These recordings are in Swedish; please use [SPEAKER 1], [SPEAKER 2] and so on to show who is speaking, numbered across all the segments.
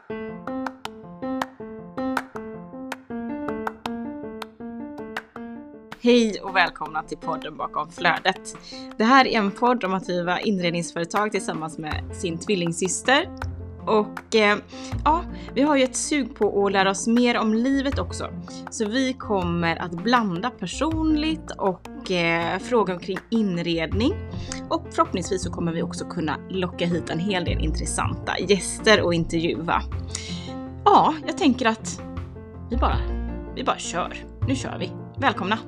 [SPEAKER 1] Hej och välkomna till podden Bakom flödet. Det här är en podd om att driva inredningsföretag tillsammans med sin tvillingsyster. Och vi har ju ett sug på att lära oss mer om livet också. Så vi kommer att blanda personligt och fråga omkring inredning. Och förhoppningsvis så kommer vi också kunna locka hit en hel del intressanta gäster och intervjua. Ja, jag tänker att vi bara kör. Nu kör vi. Välkomna!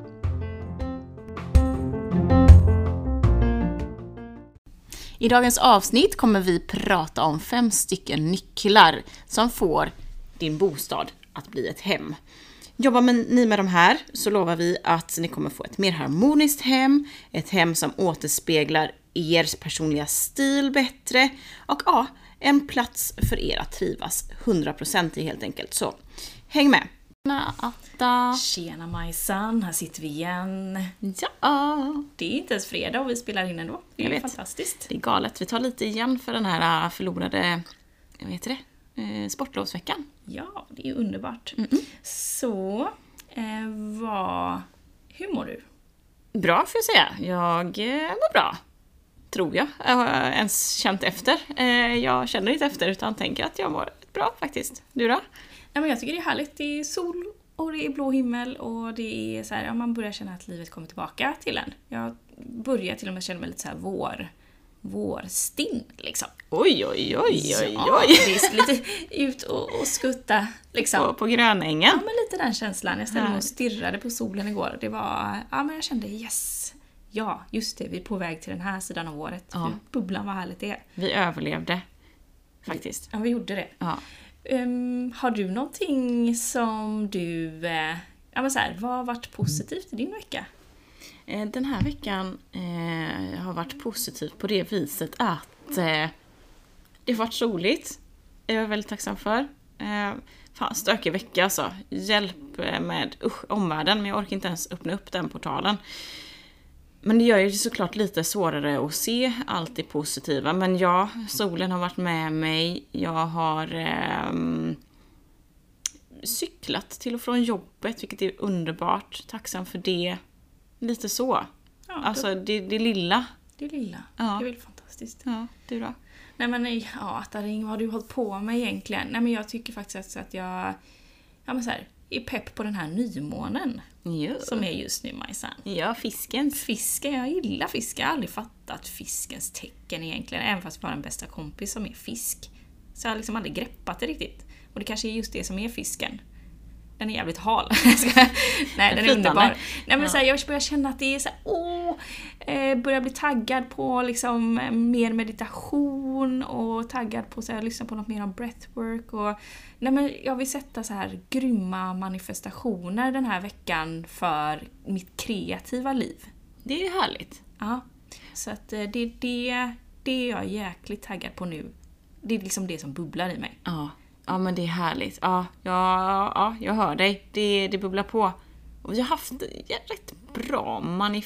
[SPEAKER 1] I dagens avsnitt kommer vi prata om 5 stycken nycklar som får din bostad att bli ett hem. Jobbar ni med de här så lovar vi att ni kommer få ett mer harmoniskt hem, ett hem som återspeglar er personliga stil bättre och en plats för er att trivas 100% i helt enkelt. Så häng med!
[SPEAKER 2] Tjena Majsan, här sitter vi igen.
[SPEAKER 1] Ja.
[SPEAKER 2] Det är inte ens fredag och vi spelar in ändå. Det är fantastiskt.
[SPEAKER 1] Det är galet. Vi tar lite igen för den här förlorade, sportlovsveckan.
[SPEAKER 2] Ja, det är underbart. Så, hur mår du?
[SPEAKER 1] Bra får jag säga. Jag mår bra. Tror jag. Jag har ens känt efter. Jag känner inte efter utan tänker att jag mår bra faktiskt. Du då?
[SPEAKER 2] Nej, men jag tycker det är härligt. Det är sol och det är blå himmel och det är så här, man börjar känna att livet kommer tillbaka till en. Jag börjar till och med känna mig lite så här vårstinn liksom.
[SPEAKER 1] Oj.
[SPEAKER 2] Ja, det är lite ut och skutta liksom.
[SPEAKER 1] På grönängen.
[SPEAKER 2] Ja, men lite den känslan. Jag ställde mig och stirrade på solen igår. Det var, men jag kände yes. Ja, just det. Vi är på väg till den här sidan av året.
[SPEAKER 1] Ja.
[SPEAKER 2] Bubblan, vad härligt det är.
[SPEAKER 1] Vi överlevde faktiskt.
[SPEAKER 2] Ja, vi gjorde det.
[SPEAKER 1] Ja.
[SPEAKER 2] Har du någonting som du, vad har varit positivt i din vecka?
[SPEAKER 1] Den här veckan har varit positivt på det viset att det har varit roligt. Jag är väldigt tacksam för. Stökig vecka alltså. Hjälp med omvärlden, men jag orkar inte ens öppna upp den portalen. Men det gör ju såklart lite svårare att se allt det positiva. Men ja, solen har varit med mig. Jag har cyklat till och från jobbet, vilket är underbart. Tacksam för det. Lite så.
[SPEAKER 2] Ja,
[SPEAKER 1] alltså det lilla.
[SPEAKER 2] Det lilla.
[SPEAKER 1] Ja.
[SPEAKER 2] Det är väl fantastiskt.
[SPEAKER 1] Ja, du då?
[SPEAKER 2] Nej men, Ataring, vad har du hållit på med egentligen? Nej men jag tycker faktiskt att jag är pepp på den här nymånen.
[SPEAKER 1] Jo.
[SPEAKER 2] Som är just nu, Majsan.
[SPEAKER 1] Ja, fisken, jag
[SPEAKER 2] gillar fisk. Jag har aldrig fattat fiskens tecken egentligen. Även fast jag har en bästa kompis som är fisk. Så jag har liksom aldrig greppat det riktigt. Och det kanske är just det som är fisken. Den är jävligt hal. Nej, den är underbar. Nej, men så här, jag börjar känna att det är så här, börjar bli taggad på liksom mer meditation och taggad på så här, lyssna på något mer om breathwork och jag vill sätta så här grymma manifestationer den här veckan för mitt kreativa liv.
[SPEAKER 1] Det är härligt.
[SPEAKER 2] Ja. Så att det är jag jäkligt taggad på nu. Det är liksom det som bubblar i mig.
[SPEAKER 1] Ja, men det är härligt. Ja, jag hör dig. Det bubblar på. Och vi har haft rätt bra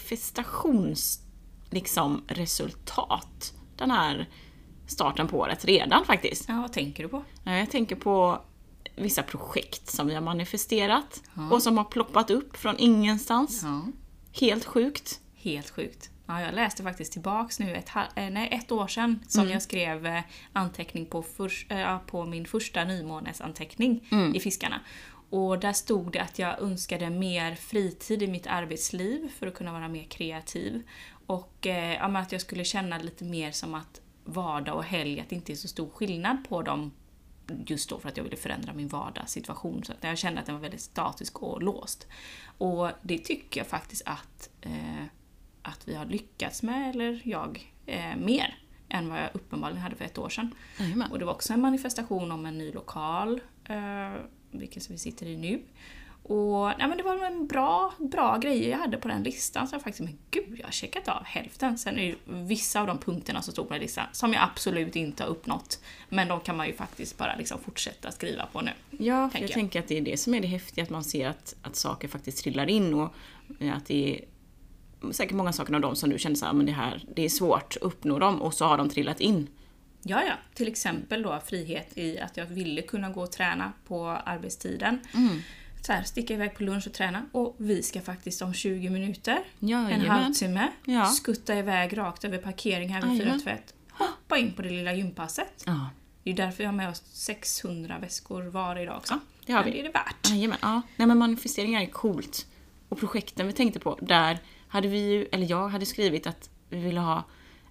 [SPEAKER 1] resultat den här starten på året redan faktiskt.
[SPEAKER 2] Ja, vad tänker du på?
[SPEAKER 1] Jag tänker på vissa projekt som vi har manifesterat och som har ploppat upp från ingenstans.
[SPEAKER 2] Ja.
[SPEAKER 1] Helt sjukt.
[SPEAKER 2] Helt sjukt. Ja, jag läste faktiskt tillbaks nu ett år sedan som jag skrev anteckning på min första nymånesanteckning i Fiskarna. Och där stod det att jag önskade mer fritid i mitt arbetsliv för att kunna vara mer kreativ. Och att jag skulle känna lite mer som att vardag och helg, att det inte är så stor skillnad på dem just då för att jag ville förändra min vardagssituation. Så att jag kände att den var väldigt statisk och låst. Och det tycker jag faktiskt att vi har lyckats med, eller jag, mer än vad jag uppenbarligen hade för ett år sedan.
[SPEAKER 1] Amen.
[SPEAKER 2] Och det var också en manifestation om en ny lokal, vilken som vi sitter i nu. Och det var en bra grej jag hade på den listan. Så jag faktiskt, men gud, jag har checkat av hälften. Sen är det vissa av de punkterna som stod på den listan som jag absolut inte har uppnått. Men de kan man ju faktiskt bara liksom fortsätta skriva på nu.
[SPEAKER 1] Ja, för jag tänker att det är det som är det häftiga. Att man ser att saker faktiskt trillar in. Och att det är säkert många saker av dem som du känner så här, men det är svårt att uppnå dem. Och så har de trillat in.
[SPEAKER 2] Ja, till exempel då frihet i att jag ville kunna gå och träna på arbetstiden. Så här, sticka iväg på lunch och träna. Och vi ska faktiskt om 20 minuter, en halvtimme, skutta iväg rakt över parkering här vid Fyra Tvätt. Hoppa in på det lilla gympasset.
[SPEAKER 1] Ja.
[SPEAKER 2] Det är därför jag har med oss 600 väskor var idag också.
[SPEAKER 1] Ja, det har vi.
[SPEAKER 2] Men det är det värt.
[SPEAKER 1] Jajamän, ja. Nej, men manifesteringar är coolt. Och projekten vi tänkte på, där hade jag hade skrivit att vi ville ha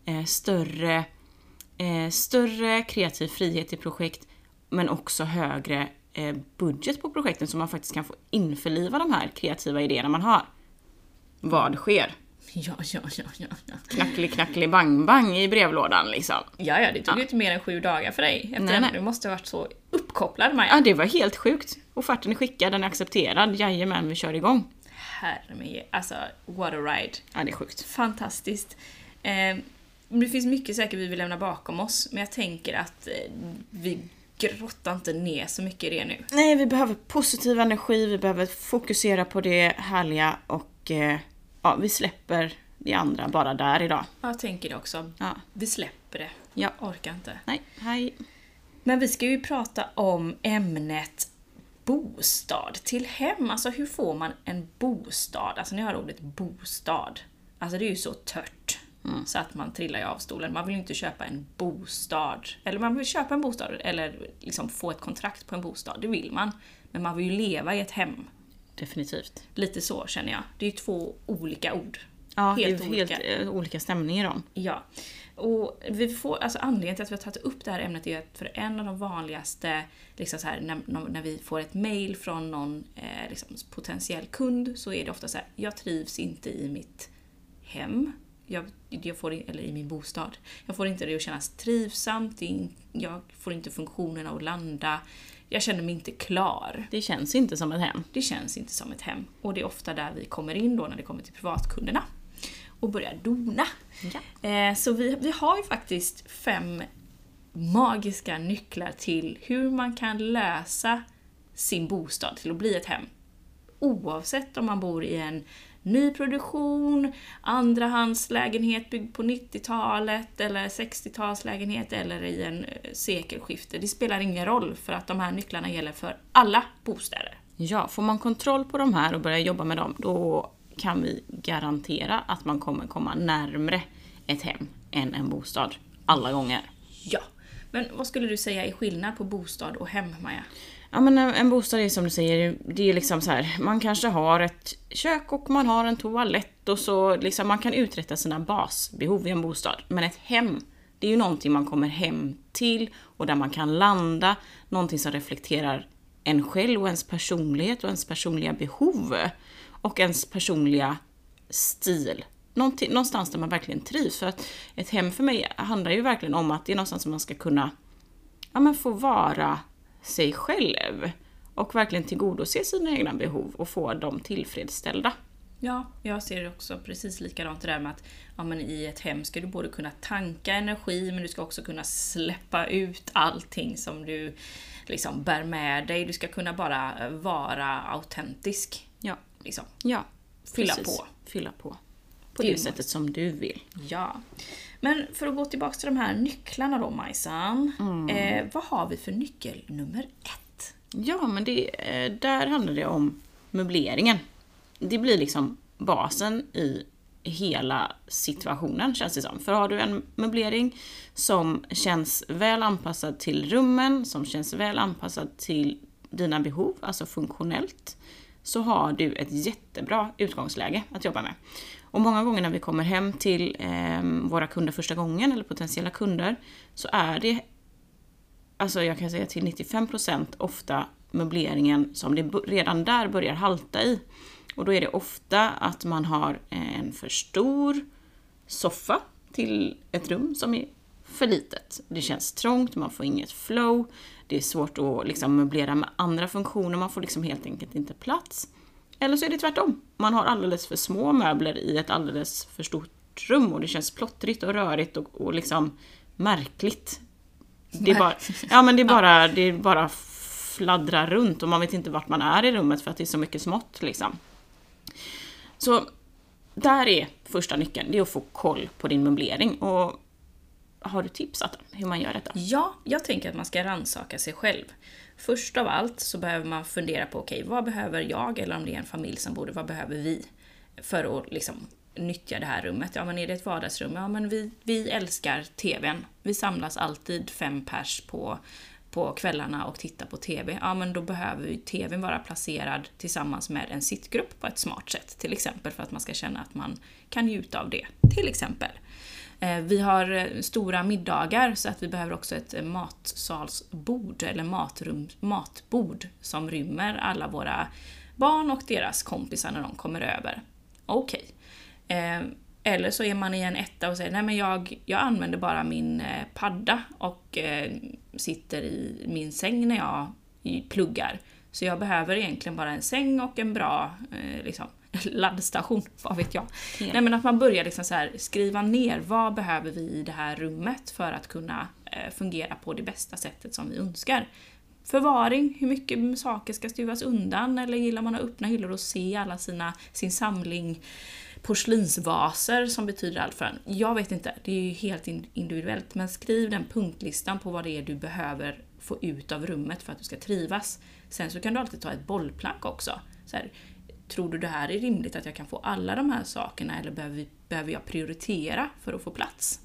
[SPEAKER 1] större kreativ frihet i projekt, men också högre budget på projekten så man faktiskt kan få införliva de här kreativa idéerna man har. Vad sker?
[SPEAKER 2] Ja.
[SPEAKER 1] Knacklig bang bang i brevlådan liksom.
[SPEAKER 2] Ja, det tog ju inte mer än 7 dagar för dig. Nej. Du måste ha varit så uppkopplad, Maja.
[SPEAKER 1] Ja, det var helt sjukt. Offerten är skickad, den är accepterad. Jajamän, vi kör igång.
[SPEAKER 2] Herre mig, alltså what a ride.
[SPEAKER 1] Ja, det är sjukt.
[SPEAKER 2] Fantastiskt. Det finns mycket säkert vi vill lämna bakom oss, men jag tänker att vi grottar inte ner så mycket i det nu.
[SPEAKER 1] Nej, vi behöver positiv energi, vi behöver fokusera på det härliga och vi släpper det andra bara där idag.
[SPEAKER 2] Jag tänker det också.
[SPEAKER 1] Ja.
[SPEAKER 2] Vi släpper det.
[SPEAKER 1] Ja.
[SPEAKER 2] Orkar inte.
[SPEAKER 1] Nej, hej.
[SPEAKER 2] Men vi ska ju prata om ämnet bostad till hem. Alltså hur får man en bostad? Alltså ni hör ordet bostad. Alltså det är ju så tört. Så att man trillar ju av stolen. Man vill ju inte köpa en bostad. Eller man vill köpa en bostad. Eller liksom få ett kontrakt på en bostad. Det vill man. Men man vill ju leva i ett hem.
[SPEAKER 1] Definitivt.
[SPEAKER 2] Lite så känner jag. Det är ju 2 olika ord.
[SPEAKER 1] Ja, helt olika stämningar om.
[SPEAKER 2] Ja. Och vi får, alltså anledningen till att vi har tagit upp det här ämnet är att för en av de vanligaste, liksom så här, när vi får ett mejl från någon liksom, potentiell kund, så är det ofta så här: jag trivs inte i mitt hem. Jag får, eller i min bostad. Jag får inte det att kännas trivsamt. Jag får inte funktionerna att landa. Jag känner mig inte klar.
[SPEAKER 1] Det känns inte som ett hem.
[SPEAKER 2] Det känns inte som ett hem. Och det är ofta där vi kommer in då när det kommer till privatkunderna. Och börjar dona. Ja. Så vi har ju faktiskt 5 magiska nycklar till hur man kan lösa sin bostad till att bli ett hem. Oavsett om man bor i en nyproduktion, andrahandslägenhet byggd på 90-talet eller 60-talslägenhet eller i en sekelskifte. Det spelar ingen roll för att de här nycklarna gäller för alla bostäder.
[SPEAKER 1] Ja, får man kontroll på de här och börja jobba med dem, då kan vi garantera att man kommer komma närmare ett hem än en bostad. Alla gånger.
[SPEAKER 2] Ja, men vad skulle du säga är skillnad på bostad och hem, Maja?
[SPEAKER 1] Ja, men en bostad är som du säger, det är liksom så här, man kanske har ett kök och man har en toalett och så liksom man kan uträtta sina basbehov i en bostad. Men ett hem, det är ju någonting man kommer hem till och där man kan landa, någonting som reflekterar en själv och ens personlighet och ens personliga behov och ens personliga stil. Någonstans där man verkligen trivs. För att ett hem för mig handlar ju verkligen om att det är någonstans som man ska kunna få vara sig själv och verkligen tillgodose sina egna behov och få dem tillfredsställda.
[SPEAKER 2] Ja, jag ser det också precis likadant det där med att i ett hem ska du både kunna tanka energi, men du ska också kunna släppa ut allting som du liksom bär med dig. Du ska kunna bara vara autentisk.
[SPEAKER 1] Ja.
[SPEAKER 2] Liksom.
[SPEAKER 1] Ja,
[SPEAKER 2] Fylla
[SPEAKER 1] precis.
[SPEAKER 2] på.
[SPEAKER 1] Fylla på det sättet som du vill.
[SPEAKER 2] Ja. Men för att gå tillbaka till de här nycklarna då, Majsan. Vad har vi för nyckel nummer 1?
[SPEAKER 1] Ja, men där handlar det om möbleringen. Det blir liksom basen i hela situationen, känns det som. För har du en möblering som känns väl anpassad till rummen, som känns väl anpassad till dina behov, alltså funktionellt, så har du ett jättebra utgångsläge att jobba med. Och många gånger när vi kommer hem till våra kunder första gången, eller potentiella kunder, så är det, alltså jag kan säga till 95% ofta möbleringen som det redan där börjar halta i. Och då är det ofta att man har en för stor soffa till ett rum som är för litet. Det känns trångt, man får inget flow, det är svårt att liksom möblera med andra funktioner, man får liksom helt enkelt inte plats. Eller så är det tvärtom, man har alldeles för små möbler i ett alldeles för stort rum och det känns plottrigt och rörigt och liksom märkligt. Det är bara fladdrar runt och man vet inte vart man är i rummet för att det är så mycket smått liksom. Så där är första nyckeln, det är att få koll på din möblering. Och har du tipsat om hur man gör detta?
[SPEAKER 2] Ja, jag tänker att man ska rannsaka sig själv. Först av allt så behöver man fundera på, okej, vad behöver jag, eller om det är en familj som bor, vad behöver vi för att liksom nyttja det här rummet? Ja, men är det ett vardagsrum? Ja, men vi älskar tvn. Vi samlas alltid 5 pers på kvällarna och tittar på tv. Ja, men då behöver ju tvn vara placerad tillsammans med en sittgrupp på ett smart sätt. Till exempel för att man ska känna att man kan njuta av det. Till exempel. Vi har stora middagar så att vi behöver också ett matsalsbord eller matbord som rymmer alla våra barn och deras kompisar när de kommer över. Okej. Eller så är man i en etta och säger, nej men jag använder bara min padda och sitter i min säng när jag pluggar. Så jag behöver egentligen bara en säng och en bra laddstation, vad vet jag. Nej, men att man börjar liksom så här, skriva ner vad behöver vi i det här rummet för att kunna fungera på det bästa sättet som vi önskar. Förvaring, hur mycket saker ska stuvas undan, eller gillar man att öppna hyllor och se alla sin samling porslinsvaser som betyder allt för en. Jag vet inte, det är ju helt individuellt, men skriv den punktlistan på vad det är du behöver få ut av rummet för att du ska trivas. Sen så kan du alltid ta ett bollplank också. Så här, tror du det här är rimligt att jag kan få alla de här sakerna, eller behöver jag prioritera för att få plats?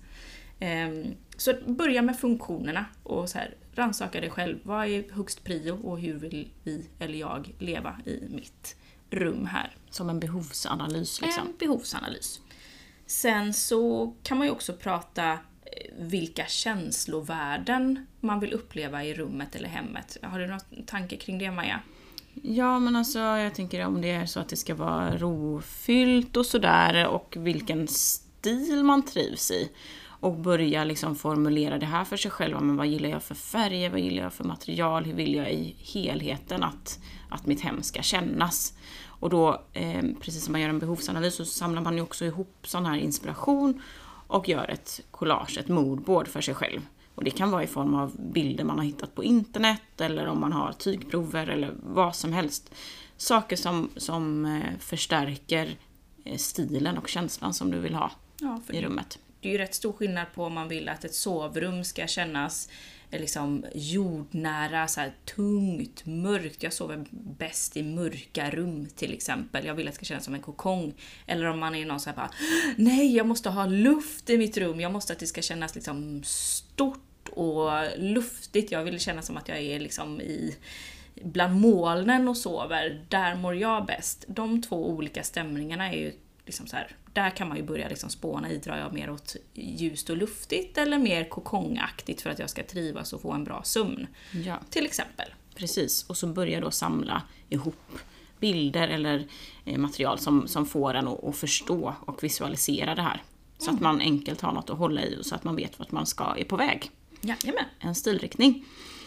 [SPEAKER 2] Så börja med funktionerna och så här, rannsaka dig själv. Vad är högst prio och hur vill vi eller jag leva i mitt rum här?
[SPEAKER 1] Som en behovsanalys liksom.
[SPEAKER 2] En behovsanalys. Sen så kan man ju också prata vilka känslovärden man vill uppleva i rummet eller hemmet. Har du någon tanke kring det, Maja?
[SPEAKER 1] Ja, men alltså jag tänker om det är så att det ska vara rofyllt och sådär, och vilken stil man trivs i. Och börja liksom formulera det här för sig själv. Men vad gillar jag för färger, vad gillar jag för material, hur vill jag i helheten att mitt hem ska kännas. Och då, precis som man gör en behovsanalys, så samlar man ju också ihop sån här inspiration och gör ett collage, ett moodboard för sig själv. Och det kan vara i form av bilder man har hittat på internet, eller om man har tygprover eller vad som helst. Saker som förstärker stilen och känslan som du vill ha i rummet.
[SPEAKER 2] Det är ju rätt stor skillnad på om man vill att ett sovrum ska kännas liksom jordnära, så här tungt, mörkt. Jag sover bäst i mörka rum till exempel. Jag vill att det ska kännas som en kokong. Eller om man är någon så här bara, nej, jag måste ha luft i mitt rum. Jag måste att det ska kännas liksom stort och luftigt. Jag vill känna som att jag är liksom bland molnen och sover. Där mår jag bäst. De 2 olika stämningarna är ju liksom så här, där kan man ju börja liksom spåna i, drar jag mer åt ljust och luftigt eller mer kokongaktigt för att jag ska trivas och få en bra sömn.
[SPEAKER 1] Ja.
[SPEAKER 2] Till exempel.
[SPEAKER 1] Precis, och så börjar då samla ihop bilder eller material som får en att förstå och visualisera det här. Så att man enkelt har något att hålla i och så att man vet vart man är på väg.
[SPEAKER 2] Jajamän.
[SPEAKER 1] En stilriktning.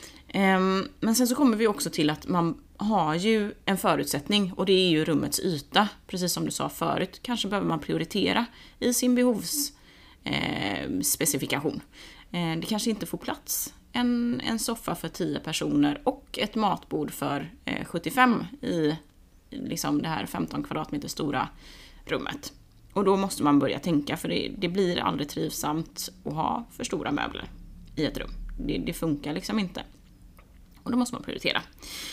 [SPEAKER 1] Men sen så kommer vi också till att man har ju en förutsättning, och det är ju rummets yta. Precis som du sa förut, kanske behöver man prioritera i sin behovsspecifikation. Det kanske inte får plats en soffa för 10 personer och ett matbord för 75 i liksom det här 15 kvadratmeter stora rummet. Och då måste man börja tänka, för det blir aldrig trivsamt att ha för stora möbler i ett rum. Det funkar liksom inte. Och då måste man prioritera.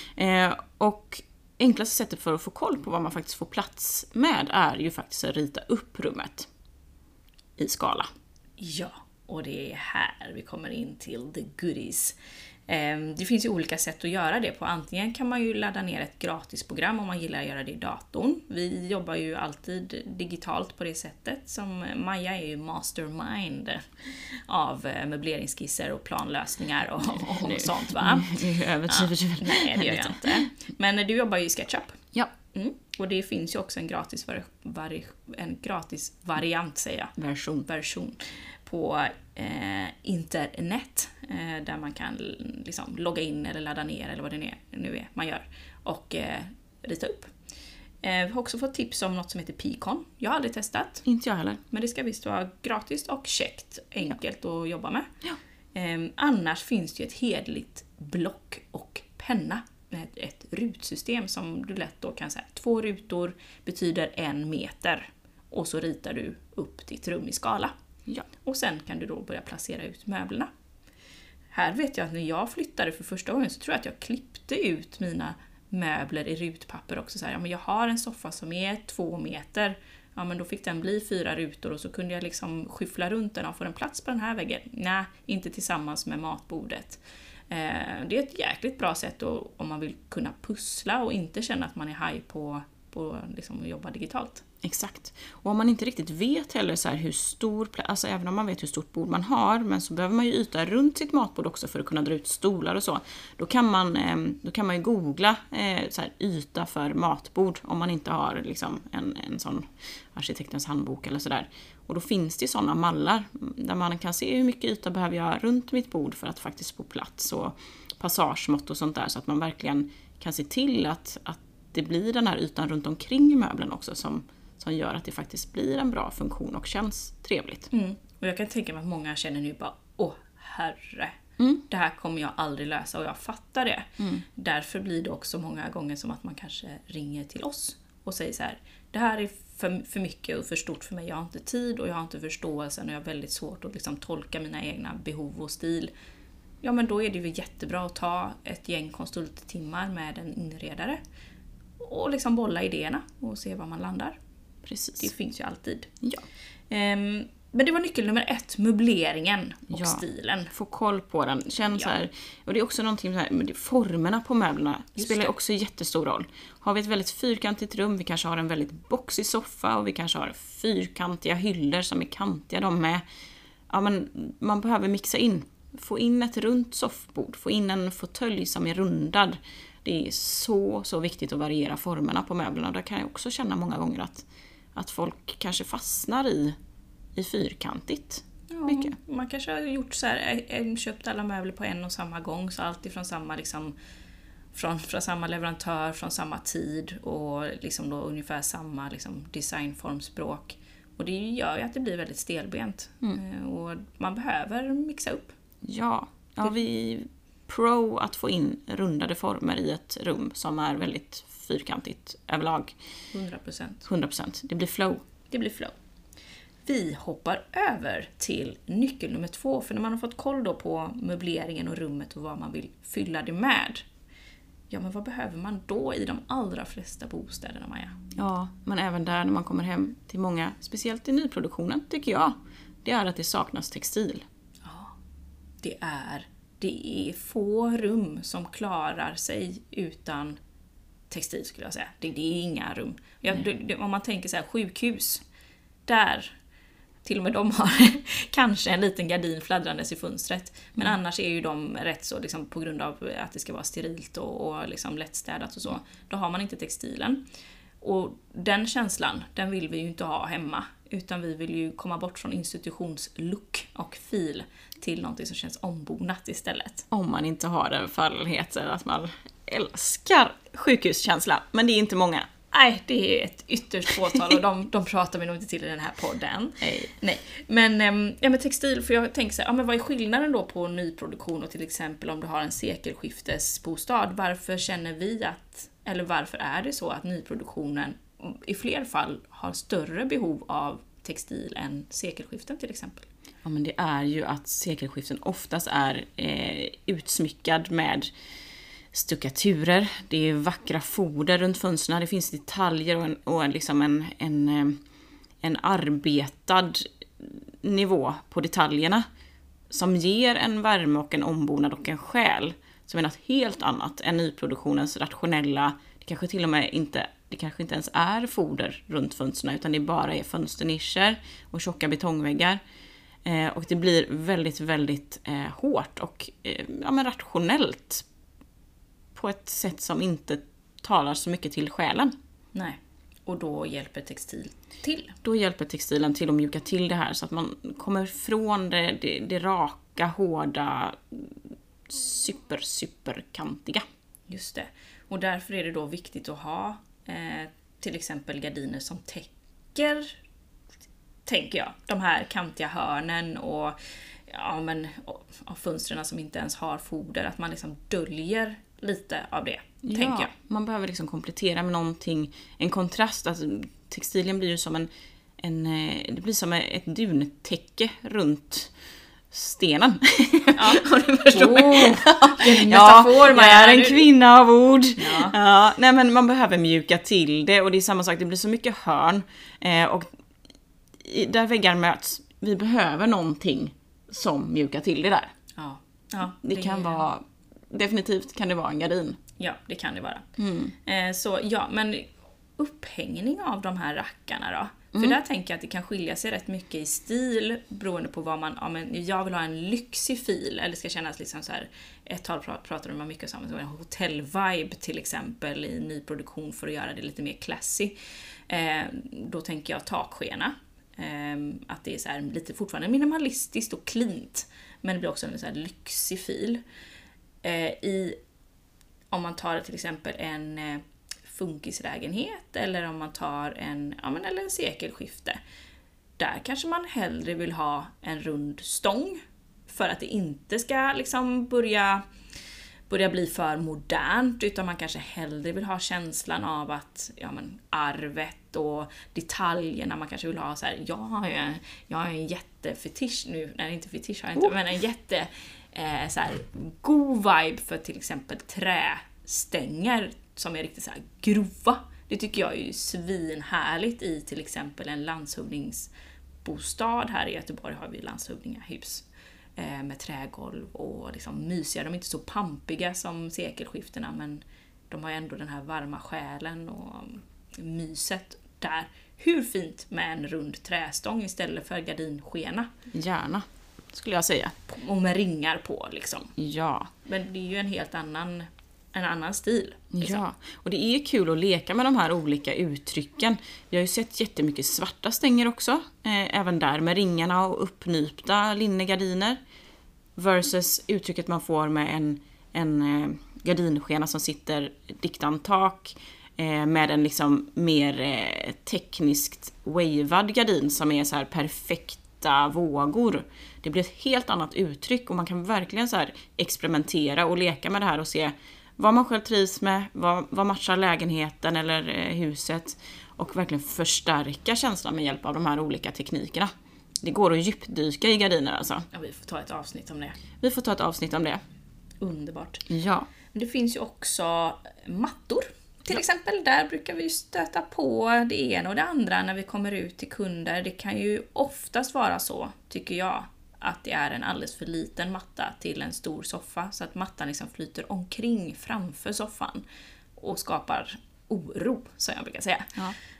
[SPEAKER 1] Och enklaste sättet för att få koll på vad man faktiskt får plats med är ju faktiskt att rita upp rummet i skala.
[SPEAKER 2] Ja, och det är här vi kommer in till the goodies. Det finns ju olika sätt att göra det på. Antingen kan man ju ladda ner ett gratisprogram om man gillar att göra det i datorn. Vi jobbar ju alltid digitalt på det sättet. Som Maja är ju mastermind av möbleringsskisser och planlösningar och sånt, va?
[SPEAKER 1] Nej,
[SPEAKER 2] det gör jag inte. Men du jobbar ju i SketchUp.
[SPEAKER 1] Ja.
[SPEAKER 2] Och det finns ju också en gratis variant, säger jag. Version på internet där man kan liksom logga in eller ladda ner eller vad det nu är man gör och rita upp. Jag har också fått tips om något som heter Picon. Jag har aldrig testat.
[SPEAKER 1] Inte jag heller.
[SPEAKER 2] Men det ska visst vara gratis och käckt, enkelt att jobba med.
[SPEAKER 1] Ja.
[SPEAKER 2] Annars finns det ju ett hederligt block och penna med ett rutsystem som du lätt då kan säga 2 rutor betyder 1 meter och så ritar du upp ditt rum i skala.
[SPEAKER 1] Ja.
[SPEAKER 2] Och sen kan du då börja placera ut möblerna. Här vet jag att när jag flyttade för första gången så tror jag att jag klippte ut mina möbler i rutpapper också. Så här, ja, men jag har en soffa som är 2 meter. Ja, men då fick den bli 4 rutor och så kunde jag liksom skyffla runt den och få en plats på den här väggen. Nej, inte tillsammans med matbordet. Det är ett jäkligt bra sätt då, om man vill kunna pussla och inte känna att man är haj på liksom att jobba digitalt.
[SPEAKER 1] Exakt. Och om man inte riktigt vet heller så här hur stor, alltså även om man vet hur stort bord man har, men så behöver man ju yta runt sitt matbord också för att kunna dra ut stolar och så. Då kan man ju googla så här, yta för matbord om man inte har liksom en sån arkitektens handbok eller sådär. Och då finns det sådana mallar där man kan se hur mycket yta behöver jag runt mitt bord för att faktiskt få plats och passagemått och sånt där, så att man verkligen kan se till att det blir den här ytan runt omkring möbeln också som gör att det faktiskt blir en bra funktion och känns trevligt.
[SPEAKER 2] Och jag kan tänka mig att många känner nu bara, herre, det här kommer jag aldrig lösa, och jag fattar det. Därför blir det också många gånger som att man kanske ringer till oss och säger så här: det här är för mycket och för stort för mig, jag har inte tid och jag har inte förståelsen och jag har väldigt svårt att liksom tolka mina egna behov och stil. Ja, men då är det ju jättebra att ta ett gäng konsulttimmar med en inredare och liksom bolla idéerna och se var man landar.
[SPEAKER 1] Precis.
[SPEAKER 2] Det finns ju alltid.
[SPEAKER 1] Ja.
[SPEAKER 2] Men det var nyckel nummer 1, möbleringen och stilen.
[SPEAKER 1] Få koll på den. Känn så här, och det är också någonting så här, formerna på möblerna spelar också jättestor roll. Har vi ett väldigt fyrkantigt rum, vi kanske har en väldigt boxig soffa och vi kanske har fyrkantiga hyllor som är kantiga de med. Ja, men man behöver mixa in. Få in ett runt soffbord, få in en fåtölj som är rundad. Det är så viktigt att variera formerna på möblerna. Där kan jag också känna många gånger att folk kanske fastnar i fyrkantigt. Mycket.
[SPEAKER 2] Man kanske har gjort så här, köpt alla möbler på en och samma gång, så alltid från samma liksom, från samma leverantör, från samma tid och liksom då ungefär samma liksom designformspråk. Och det gör ju att det blir väldigt stelbent. Och man behöver mixa upp.
[SPEAKER 1] Ja, vi pro att få in rundade former i ett rum som är väldigt fyrkantigt överlag. 100%. Det blir flow.
[SPEAKER 2] Vi hoppar över till nyckel nummer 2. För när man har fått koll då på möbleringen och rummet och vad man vill fylla det med. Ja, men vad behöver man då i de allra flesta bostäderna, Maja? Ja,
[SPEAKER 1] men även där när man kommer hem till många, speciellt i nyproduktionen tycker jag, det är att det saknas textil.
[SPEAKER 2] Ja, det är få rum som klarar sig utan textil, skulle jag säga. Det är inga rum. Om man tänker så här, sjukhus, där till och med de har kanske en liten gardin fladdrandes i fönstret. Men annars är ju de rätt så liksom, på grund av att det ska vara sterilt och liksom lättstädat och så. Då har man inte textilen. Och den känslan, den vill vi ju inte ha hemma. Utan vi vill ju komma bort från institutionslook och fil till något som känns ombonat istället.
[SPEAKER 1] Om man inte har den fallenheten att man älskar sjukhuskänsla. Men det är inte många.
[SPEAKER 2] Nej, det är ett ytterst fåtal och de pratar vi nog inte till i den här podden. Nej. Men textil, för jag tänker så här, men vad är skillnaden då på nyproduktion och till exempel om du har en sekelskiftesbostad? Varför känner vi eller varför är det så att nyproduktionen i fler fall har större behov av textil än sekelskiften till exempel?
[SPEAKER 1] Ja, men det är ju att sekelskiften oftast är utsmyckad med stuckaturer, det är vackra foder runt fönstren, det finns detaljer och liksom en arbetad nivå på detaljerna som ger en värme och en ombonad och en själ som är något helt annat än nyproduktionens rationella. Det kanske till och med inte ens är foder runt fönstren, utan det bara är fönsternischer och tjocka betongväggar. Och det blir väldigt, väldigt hårt och rationellt på ett sätt som inte talar så mycket till själen.
[SPEAKER 2] Nej, och då hjälper textil till.
[SPEAKER 1] Då hjälper textilen till att mjuka till det här så att man kommer från det raka, hårda, superkantiga.
[SPEAKER 2] Just det. Och därför är det då viktigt att ha till exempel gardiner som täcker, tänker jag, de här kantiga hörnen och fönstren som inte ens har foder. Att man liksom döljer lite av det, tänker jag.
[SPEAKER 1] Man behöver liksom komplettera med någonting, en kontrast. Alltså, textilien blir ju som det blir som ett duntäcke runt stenen.
[SPEAKER 2] Ja.
[SPEAKER 1] Om du förstår.
[SPEAKER 2] Metafor,
[SPEAKER 1] jag är en kvinna av ord.
[SPEAKER 2] Ja.
[SPEAKER 1] Nej, men man behöver mjuka till det, och det är samma sak, det blir så mycket hörn, och där väggar möts, vi behöver någonting som mjukar till det där.
[SPEAKER 2] Ja,
[SPEAKER 1] det kan vara, definitivt kan det vara en gardin.
[SPEAKER 2] Ja, det kan det vara. Så ja, men upphängning av de här rackarna då. För där tänker jag att det kan skilja sig rätt mycket i stil beroende på vad man, men jag vill ha en lyxig fil, eller ska kännas liksom så här, ett tag pratar man mycket om en hotellvibe till exempel i nyproduktion för att göra det lite mer classy. Då tänker jag takskena. Att det är så här lite fortfarande minimalistiskt och cleant, men det blir också en så här lyxig fil. Om man tar till exempel en funkislägenhet, eller om man tar eller en sekelskifte, där kanske man hellre vill ha en rund stång för att det inte ska liksom börja bli för modernt, utan man kanske hellre vill ha känslan av att arvet och detaljerna, man kanske vill ha så här, jag är en jättefetisch nu, nej inte fetisch har jag inte, men en jätte så här god vibe för till exempel trästänger som är riktigt så här grova. Det tycker jag är ju svinhärligt i till exempel en landshövdingsbostad. Här i Göteborg har vi landshövdingahus med trägolv och liksom mysiga. De är inte så pampiga som sekelskiftena, men de har ändå den här varma själen och myset där. Hur fint med en rund trästång istället för gardinskena?
[SPEAKER 1] Gärna, skulle jag säga.
[SPEAKER 2] Och med ringar på liksom.
[SPEAKER 1] Ja.
[SPEAKER 2] Men det är ju en helt annan stil. Liksom.
[SPEAKER 1] Ja, och det är kul att leka med de här olika uttrycken. Vi har ju sett jättemycket svarta stänger också. Även där med ringarna och uppnypta linnegardiner. Versus uttrycket man får med en gardinskena som sitter diktanttak. Med en liksom mer tekniskt wavad gardin som är så här perfekta vågor. Det blir ett helt annat uttryck, och man kan verkligen så här experimentera och leka med det här och se vad man själv trivs med, vad matchar lägenheten eller huset, och verkligen förstärka känslan med hjälp av de här olika teknikerna. Det går att djupdyka i gardiner alltså.
[SPEAKER 2] Ja, vi får ta ett avsnitt om det. Underbart.
[SPEAKER 1] Ja.
[SPEAKER 2] Men det finns ju också mattor. Till exempel, där brukar vi stöta på det ena och det andra när vi kommer ut till kunder. Det kan ju oftast vara så, tycker jag, att det är en alldeles för liten matta till en stor soffa, så att mattan liksom flyter omkring framför soffan och skapar oro, som jag brukar säga.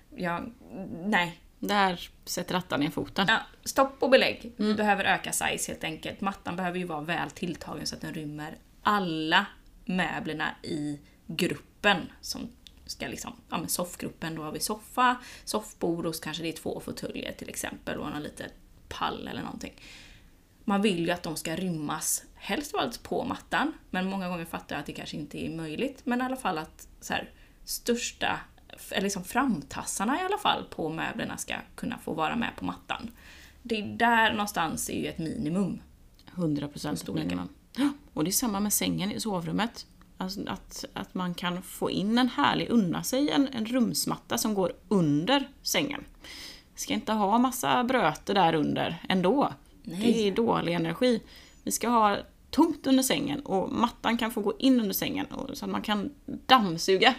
[SPEAKER 2] Nej.
[SPEAKER 1] Där sätter rattan ner foten.
[SPEAKER 2] Ja, stopp och belägg. Vi behöver öka size helt enkelt. Mattan behöver ju vara väl tilltagen så att den rymmer alla möblerna i gruppen som ska liksom, soffgruppen, då har vi soffa, soffbord och så kanske det är 2 fåtöljer till exempel och en liten pall eller någonting. Man vill ju att de ska rymmas helst valt på mattan, men många gånger fattar jag att det kanske inte är möjligt, men i alla fall att så här, största, eller liksom framtassarna i alla fall på möblerna ska kunna få vara med på mattan. Det är där någonstans är ju ett minimum.
[SPEAKER 1] 100% minimum. Och det är samma med sängen i sovrummet. Alltså att man kan få in en härlig, unna sig en rumsmatta som går under sängen. Ska inte ha massa bröte där under ändå. Nej. Det är dålig energi. Vi ska ha tomt under sängen, och mattan kan få gå in under sängen så att man kan dammsuga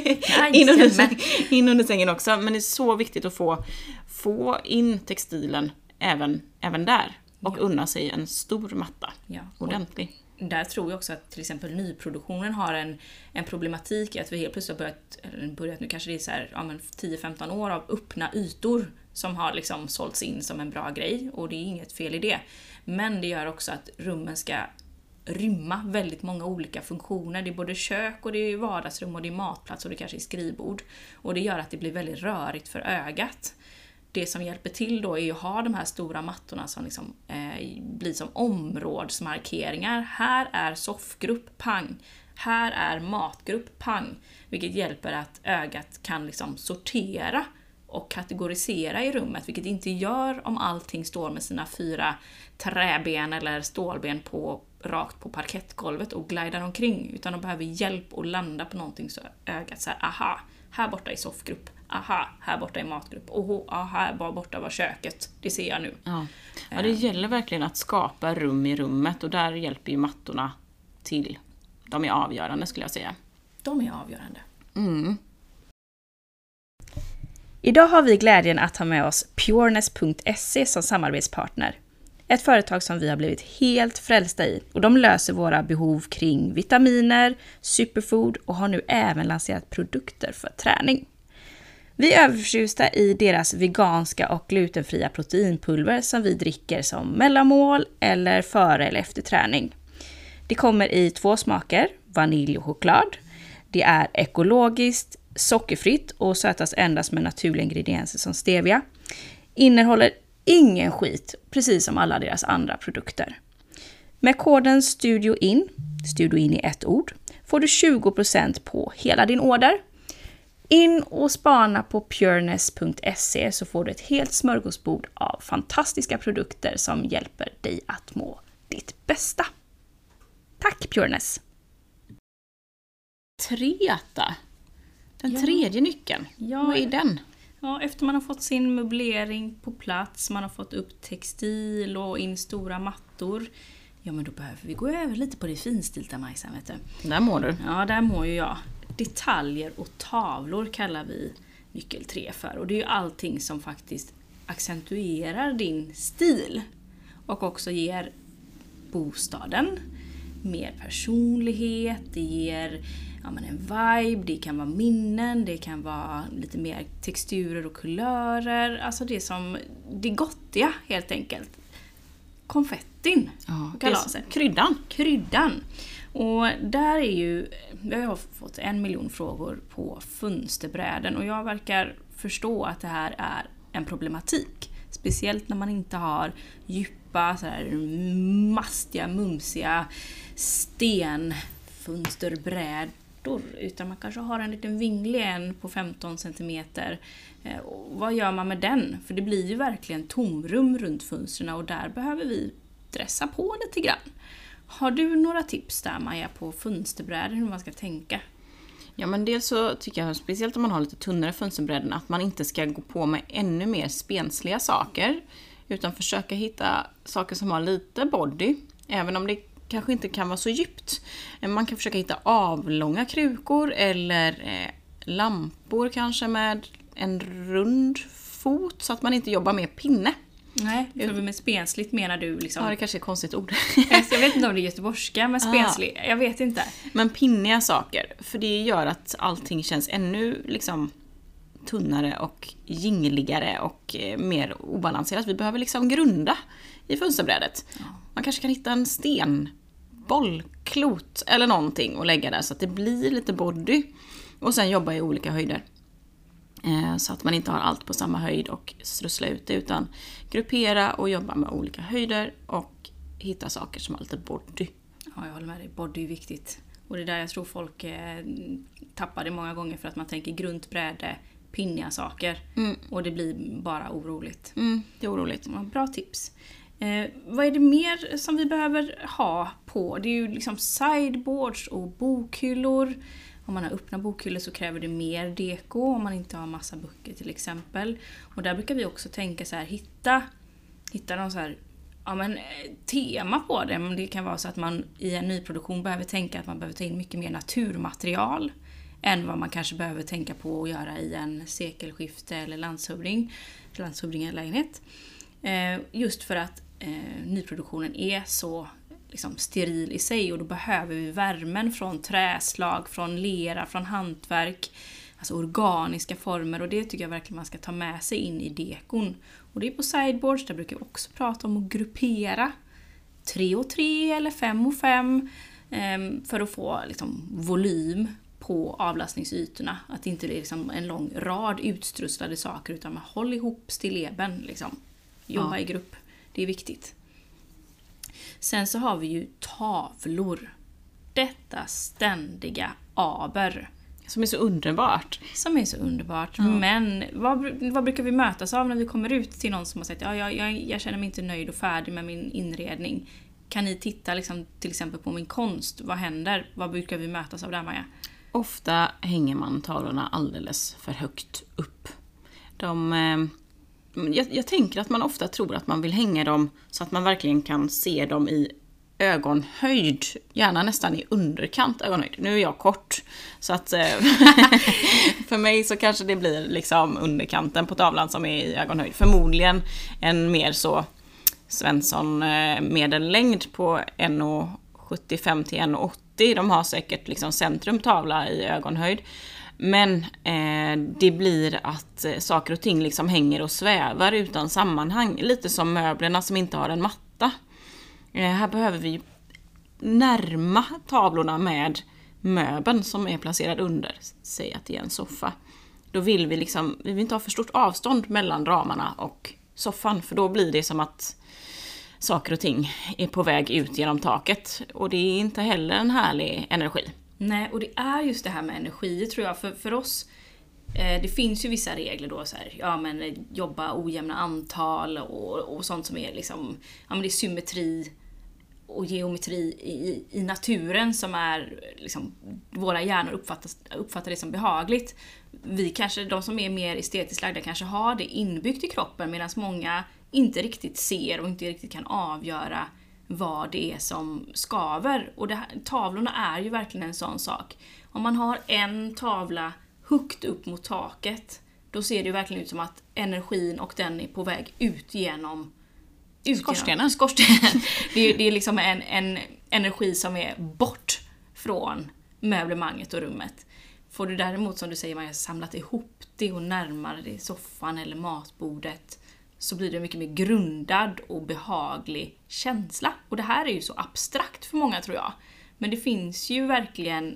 [SPEAKER 1] in under sängen också. Men det är så viktigt att få in textilen även där och unna sig en stor matta. Ordentlig.
[SPEAKER 2] Där tror jag också att till exempel nyproduktionen har en problematik i att vi helt plötsligt har börjat nu kanske det är så här, 10-15 år av öppna ytor som har liksom sålts in som en bra grej, och det är inget fel i det. Men det gör också att rummen ska rymma väldigt många olika funktioner. Det är både kök och det är vardagsrum och det är matplats och det kanske är skrivbord. Och det gör att det blir väldigt rörigt för ögat. Det som hjälper till då är att ha de här stora mattorna som liksom, blir som områdsmarkeringar. Här är soffgrupp, pang. Här är matgrupp, pang. Vilket hjälper att ögat kan liksom sortera och kategorisera i rummet, vilket inte gör om allting står med sina 4 träben eller stålben på rakt på parkettgolvet och glidar omkring, utan de behöver hjälp att landa på någonting så ögat så här, aha, här borta är soffgrupp, aha, här borta är matgrupp, här borta var köket, det ser jag nu.
[SPEAKER 1] Ja, det gäller verkligen att skapa rum i rummet, och där hjälper ju mattorna till. De är avgörande, skulle jag säga.
[SPEAKER 2] De är avgörande.
[SPEAKER 3] Idag har vi glädjen att ha med oss Pureness.se som samarbetspartner. Ett företag som vi har blivit helt frälsta i, och de löser våra behov kring vitaminer, superfood och har nu även lanserat produkter för träning. Vi är överförtjusta i deras veganska och glutenfria proteinpulver som vi dricker som mellanmål eller före eller efter träning. Det kommer i 2 smaker, vanilj och choklad. Det är ekologiskt, sockerfritt och sötas endast med naturliga ingredienser som stevia. Innehåller ingen skit, precis som alla deras andra produkter. Med koden STUDIOIN i ett ord, får du 20% på hela din order. In och spana på pureness.se så får du ett helt smörgåsbord av fantastiska produkter som hjälper dig att må ditt bästa. Tack Pureness!
[SPEAKER 1] Treta. Den tredje nyckeln.
[SPEAKER 2] Ja.
[SPEAKER 1] Vad är den?
[SPEAKER 2] Ja, efter man har fått sin möblering på plats, man har fått upp textil och in stora mattor. Ja, men då behöver vi gå över lite på det finstilta, Majsan, vet du.
[SPEAKER 1] Där mår du.
[SPEAKER 2] Ja, där mår ju jag. Detaljer och tavlor kallar vi nyckel 3 för. Och det är ju allting som faktiskt accentuerar din stil. Och också ger bostaden mer personlighet, det ger en vibe, det kan vara minnen, det kan vara lite mer texturer och kulörer. Alltså det gottiga helt enkelt. Konfettin.
[SPEAKER 1] Ja,
[SPEAKER 2] kalaset. Kryddan. Och där är ju, jag har fått 1 miljon frågor på fönsterbräden och jag verkar förstå att det här är en problematik. Speciellt när man inte har djupa, så här, mastiga, mumsiga stenfönsterbrädor, utan man kanske har en liten vinglig en på 15 cm. Vad gör man med den? För det blir ju verkligen tomrum runt fönstren och där behöver vi dressa på lite grann. Har du några tips där, Maja, på fönsterbrädor hur man ska tänka?
[SPEAKER 1] Ja, men dels så tycker jag, speciellt om man har lite tunnare fönsterbräden, att man inte ska gå på med ännu mer spensliga saker, utan försöka hitta saker som har lite body, även om det kanske inte kan vara så djupt. Man kan försöka hitta avlånga krukor eller lampor kanske med en rund fot, så att man inte jobbar med pinne.
[SPEAKER 2] Nej, för med spensligt menar du liksom...
[SPEAKER 1] Ja, det kanske är ett konstigt ord.
[SPEAKER 2] Jag vet inte om det är göteborgska, men spensligt, jag vet inte.
[SPEAKER 1] Men pinniga saker, för det gör att allting känns ännu liksom tunnare och gingligare och mer obalanserat. Vi behöver liksom grunda i fönsterbrädet. Ja. Man kanske kan hitta en stenboll, klot eller någonting och lägga där så att det blir lite body. Och sen jobba i olika höjder. Så att man inte har allt på samma höjd och strussla ut det, utan gruppera och jobba med olika höjder och hitta saker som har lite body.
[SPEAKER 2] Ja, jag håller med dig. Body är viktigt. Och det är där jag tror folk tappar det många gånger, för att man tänker grunt bräde, pinniga saker. Och det blir bara oroligt.
[SPEAKER 1] Det är oroligt.
[SPEAKER 2] Ja, bra tips. Vad är det mer som vi behöver ha på? Det är ju liksom sideboards och bokhyllor. Om man har öppna bokhyllor så kräver det mer deko om man inte har massa böcker till exempel. Och där brukar vi också tänka så här, hitta någon så här, tema på det. Men det kan vara så att man i en nyproduktion behöver tänka att man behöver ta in mycket mer naturmaterial än vad man kanske behöver tänka på att göra i en sekelskifte eller landshövdingelägenhet. Just för att nyproduktionen är så liksom steril i sig, och då behöver vi värmen från träslag, från lera, från hantverk, alltså organiska former, och det tycker jag verkligen man ska ta med sig in i dekon. Och det är på sideboards, där brukar vi också prata om att gruppera 3 och 3 eller 5 och 5 för att få liksom volym på avlastningsytorna. Att det inte är liksom en lång rad utstrusslade saker, utan man håller ihop stilleben liksom. Jobba i grupp, det är viktigt. Sen så har vi ju tavlor. Detta ständiga aber.
[SPEAKER 1] Som är så underbart.
[SPEAKER 2] Men vad brukar vi mötas av när vi kommer ut till någon som har sagt jag känner mig inte nöjd och färdig med min inredning. kan ni titta liksom, till exempel på min konst? Vad händer? Vad brukar vi mötas av där, Maja?
[SPEAKER 1] Ofta hänger man tavlorna alldeles för högt upp. Jag tänker att man ofta tror att man vill hänga dem så att man verkligen kan se dem i ögonhöjd. Gärna nästan i underkant ögonhöjd. Nu är jag kort, så att för mig så kanske det blir liksom underkanten på tavlan som är i ögonhöjd. Förmodligen en mer så Svensson medellängd på 1,75 till 1,80. De har säkert liksom centrumtavla i ögonhöjd. Men det blir att saker och ting liksom hänger och svävar utan sammanhang. Lite som möblerna som inte har en matta. Här behöver vi närma tavlorna med möbeln som är placerad under. Säg att det är en soffa. Då vill vi vill inte ha för stort avstånd mellan ramarna och soffan. För då blir det som att saker och ting är på väg ut genom taket. Och det är inte heller en härlig energi.
[SPEAKER 2] Nej, och det är just det här med energi, tror jag. För oss, det finns ju vissa regler då, så här, ja men jobba ojämna antal och sånt som är liksom, ja men det är symmetri och geometri i naturen som är liksom, våra hjärnor uppfattar det som behagligt. Vi kanske, de som är mer estetiskt lagda kanske har det inbyggt i kroppen, medan många inte riktigt ser och inte riktigt kan avgöra vad det är som skaver. Och tavlorna är ju verkligen en sån sak. Om man har en tavla högt upp mot taket, då ser det ju verkligen ut som att energin och den är på väg ut genom skorstenen. Det är liksom en energi som är bort från möblemanget och rummet. Får du däremot, som du säger, man har samlat ihop det och närmare det i soffan eller matbordet, så blir det mycket mer grundad och behaglig känsla. Och det här är ju så abstrakt för många, tror jag. Men det finns ju verkligen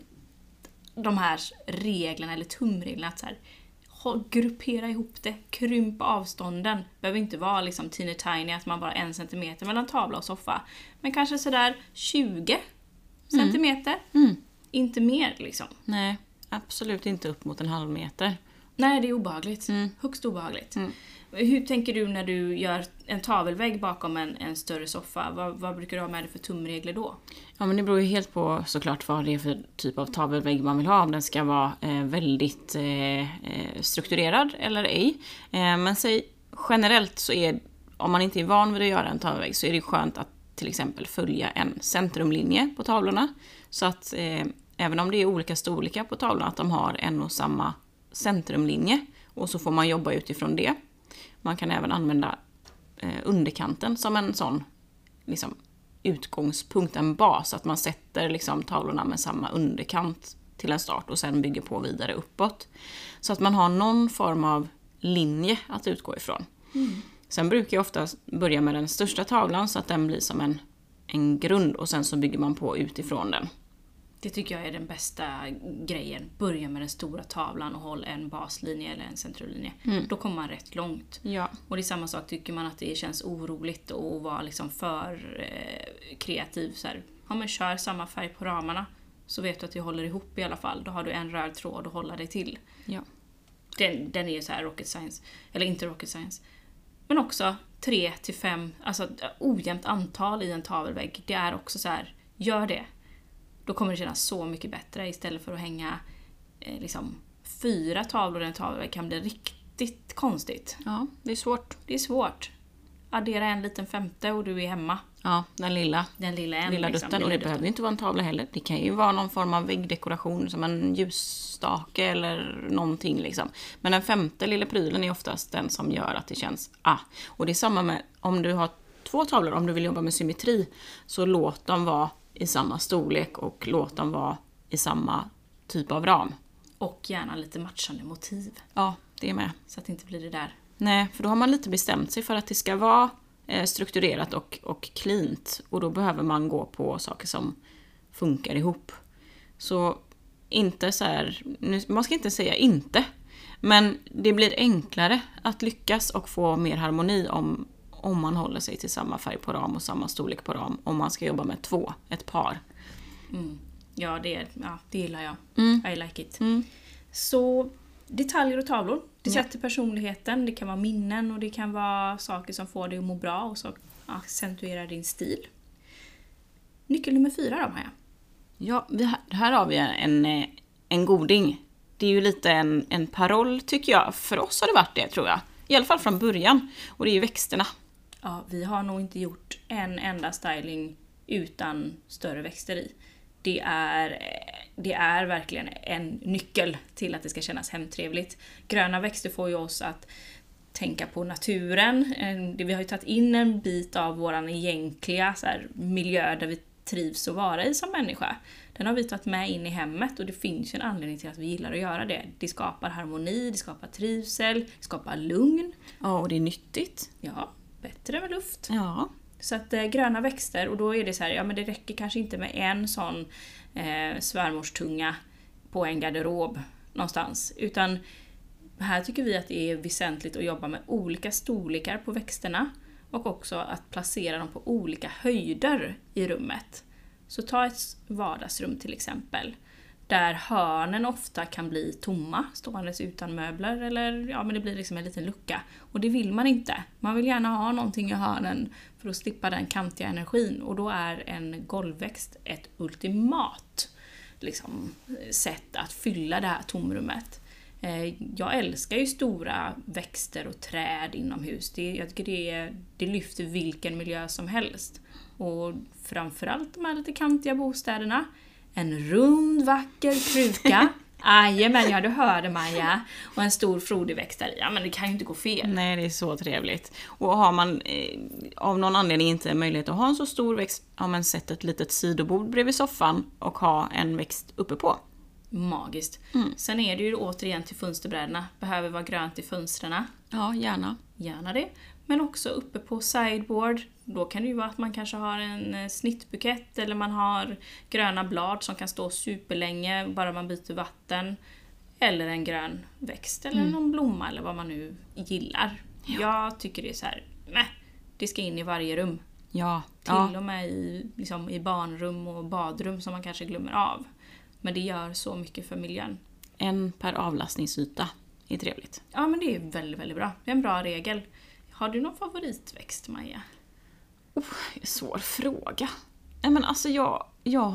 [SPEAKER 2] de här reglerna eller tumreglerna att så här, gruppera ihop det, krympa avstånden. Behöver inte vara liksom teeny tiny, att man bara 1 centimeter mellan tavla och soffa. Men kanske sådär 20 centimeter. Inte mer liksom.
[SPEAKER 1] Nej, absolut inte upp mot 1/2 meter.
[SPEAKER 2] Nej, det är obehagligt. Högst obehagligt. Hur tänker du när du gör en tavelvägg bakom en större soffa? Vad brukar du ha med dig för tumregler då?
[SPEAKER 1] Ja, men det beror ju helt på såklart vad det är för typ av tavelvägg man vill ha. Om den ska vara väldigt strukturerad eller ej. Men säg generellt så är, om man inte är van vid att göra en tavelvägg, så är det skönt att till exempel följa en centrumlinje på tavlorna. Så att även om det är olika storlekar på tavlorna, att de har en och samma centrumlinje. Och så får man jobba utifrån det. Man kan även använda underkanten som en sån liksom, utgångspunkt, en bas. Att man sätter liksom, tavlorna med samma underkant till en start och sen bygger på vidare uppåt. Så att man har någon form av linje att utgå ifrån. Sen brukar jag ofta börja med den största tavlan så att den blir som en grund, och sen så bygger man på utifrån den.
[SPEAKER 2] Det tycker jag är den bästa grejen. Börja med den stora tavlan och håll en baslinje eller en centrumlinje. Då kommer man rätt långt.
[SPEAKER 1] Ja.
[SPEAKER 2] Och det är samma sak, tycker man att det känns oroligt och vara liksom för kreativ. Så här, ja, men kör samma färg på ramarna, så vet du att det håller ihop i alla fall. Då har du en röd tråd att hålla dig till.
[SPEAKER 1] Ja.
[SPEAKER 2] Den är ju så här rocket science. Eller inte rocket science. Men också 3-5, alltså ojämnt antal i en tavelvägg. Det är också så här, gör det. Då kommer det kännas så mycket bättre, istället för att hänga liksom 4 tavlor i en tavelvägg kan bli riktigt konstigt.
[SPEAKER 1] Ja, det är svårt.
[SPEAKER 2] Det är svårt. Addera en liten 5:e och du är hemma.
[SPEAKER 1] Ja, den lilla
[SPEAKER 2] Liksom,
[SPEAKER 1] dutten. Och det behöver ju inte vara en tavla heller. Det kan ju vara någon form av väggdekoration, som en ljusstake eller någonting liksom. Men den 5:e lilla prylen är oftast den som gör att det känns Och det är samma med om du har 2 tavlor, om du vill jobba med symmetri, så låt dem vara i samma storlek och låt dem vara i samma typ av ram.
[SPEAKER 2] Och gärna lite matchande motiv.
[SPEAKER 1] Ja, det är med.
[SPEAKER 2] Så att det inte blir det där.
[SPEAKER 1] Nej, för då har man lite bestämt sig för att det ska vara strukturerat och cleant. Och då behöver man gå på saker som funkar ihop. Så inte så här, man ska inte säga inte. Men det blir enklare att lyckas och få mer harmoni om man håller sig till samma färg på ram och samma storlek på ram. Om man ska jobba med 2, ett par.
[SPEAKER 2] Ja, det gillar jag. I like it. Så detaljer och tavlor. Det sätter personligheten. Det kan vara minnen och det kan vara saker som får dig att må bra och så accentuerar din stil. Nyckel nummer 4 då, Maja.
[SPEAKER 1] Ja, här har vi en goding. Det är ju lite en paroll tycker jag. För oss har det varit det tror jag. I alla fall från början. Och det är ju växterna.
[SPEAKER 2] Ja, vi har nog inte gjort en enda styling utan större växter i. Det är verkligen en nyckel till att det ska kännas hemtrevligt. Gröna växter får ju oss att tänka på naturen. Vi har ju tagit in en bit av våran egentliga så här, miljö där vi trivs att vara i som människa. Den har vi tagit med in i hemmet och det finns ju en anledning till att vi gillar att göra det. Det skapar harmoni, det skapar trivsel, det skapar lugn.
[SPEAKER 1] Ja, och det är nyttigt.
[SPEAKER 2] Ja, bättre med luft.
[SPEAKER 1] Ja.
[SPEAKER 2] Så att gröna växter, och då är det så här, ja men det räcker kanske inte med en sån svärmorstunga på en garderob någonstans. Utan här tycker vi att det är väsentligt att jobba med olika storlekar på växterna och också att placera dem på olika höjder i rummet. Så ta ett vardagsrum till exempel, där hörnen ofta kan bli tomma, ståendes utan möbler, eller ja, men det blir liksom en liten lucka. Och det vill man inte. Man vill gärna ha någonting i hörnen för att slippa den kantiga energin. Och då är en golvväxt ett ultimat liksom, sätt att fylla det här tomrummet. Jag älskar ju stora växter och träd inomhus. Jag tycker det lyfter vilken miljö som helst. Och framförallt de här lite kantiga bostäderna. En rund, vacker kruka. Ajamän, ja du hörde Maja. Och en stor frodig växt där i. Ja men det kan ju inte gå fel.
[SPEAKER 1] Nej, det är så trevligt. Och har man av någon anledning inte möjlighet att ha en så stor växt, har man sett ett litet sidobord bredvid soffan och ha en växt uppe på.
[SPEAKER 2] Magiskt. Sen är det ju återigen till fönsterbrädorna. Behöver vara grönt i fönstren.
[SPEAKER 1] Ja, gärna.
[SPEAKER 2] Gärna det. Men också uppe på sideboard. Då kan det ju vara att man kanske har en snittbukett eller man har gröna blad som kan stå superlänge bara man byter vatten. Eller en grön växt eller någon blomma eller vad man nu gillar. Ja. Jag tycker det är så här, det ska in i varje rum.
[SPEAKER 1] Ja.
[SPEAKER 2] Till och med i barnrum och badrum som man kanske glömmer av. Men det gör så mycket för miljön.
[SPEAKER 1] En per avlastningsyta är trevligt.
[SPEAKER 2] Ja, men det är väldigt, väldigt bra. Det är en bra regel. Har du någon favoritväxt, Maja?
[SPEAKER 1] Svår fråga. Nej, men alltså jag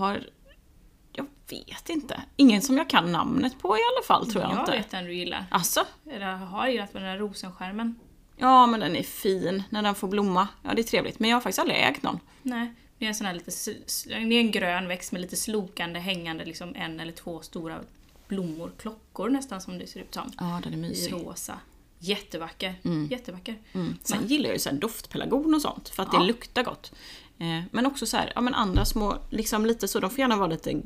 [SPEAKER 1] vet inte. Ingen som jag kan namnet på i alla fall, tror jag inte.
[SPEAKER 2] Jag vet den du gillar.
[SPEAKER 1] Alltså?
[SPEAKER 2] Eller har gillat med den här rosenskärmen.
[SPEAKER 1] Ja, men den är fin när den får blomma. Ja, det är trevligt. Men jag har faktiskt aldrig ägt någon.
[SPEAKER 2] Nej, det är en sån här det är en grön växt med lite slokande, hängande liksom en eller två stora blommor, klockor nästan som det ser ut som.
[SPEAKER 1] Ja, den är mysig.
[SPEAKER 2] I rosa. Jättevacker. Jättevacker.
[SPEAKER 1] Sen gillar jag ju så här doftpelargon och sånt för att det luktar gott. Men också så här, ja men andra små liksom lite så, de får gärna vara lite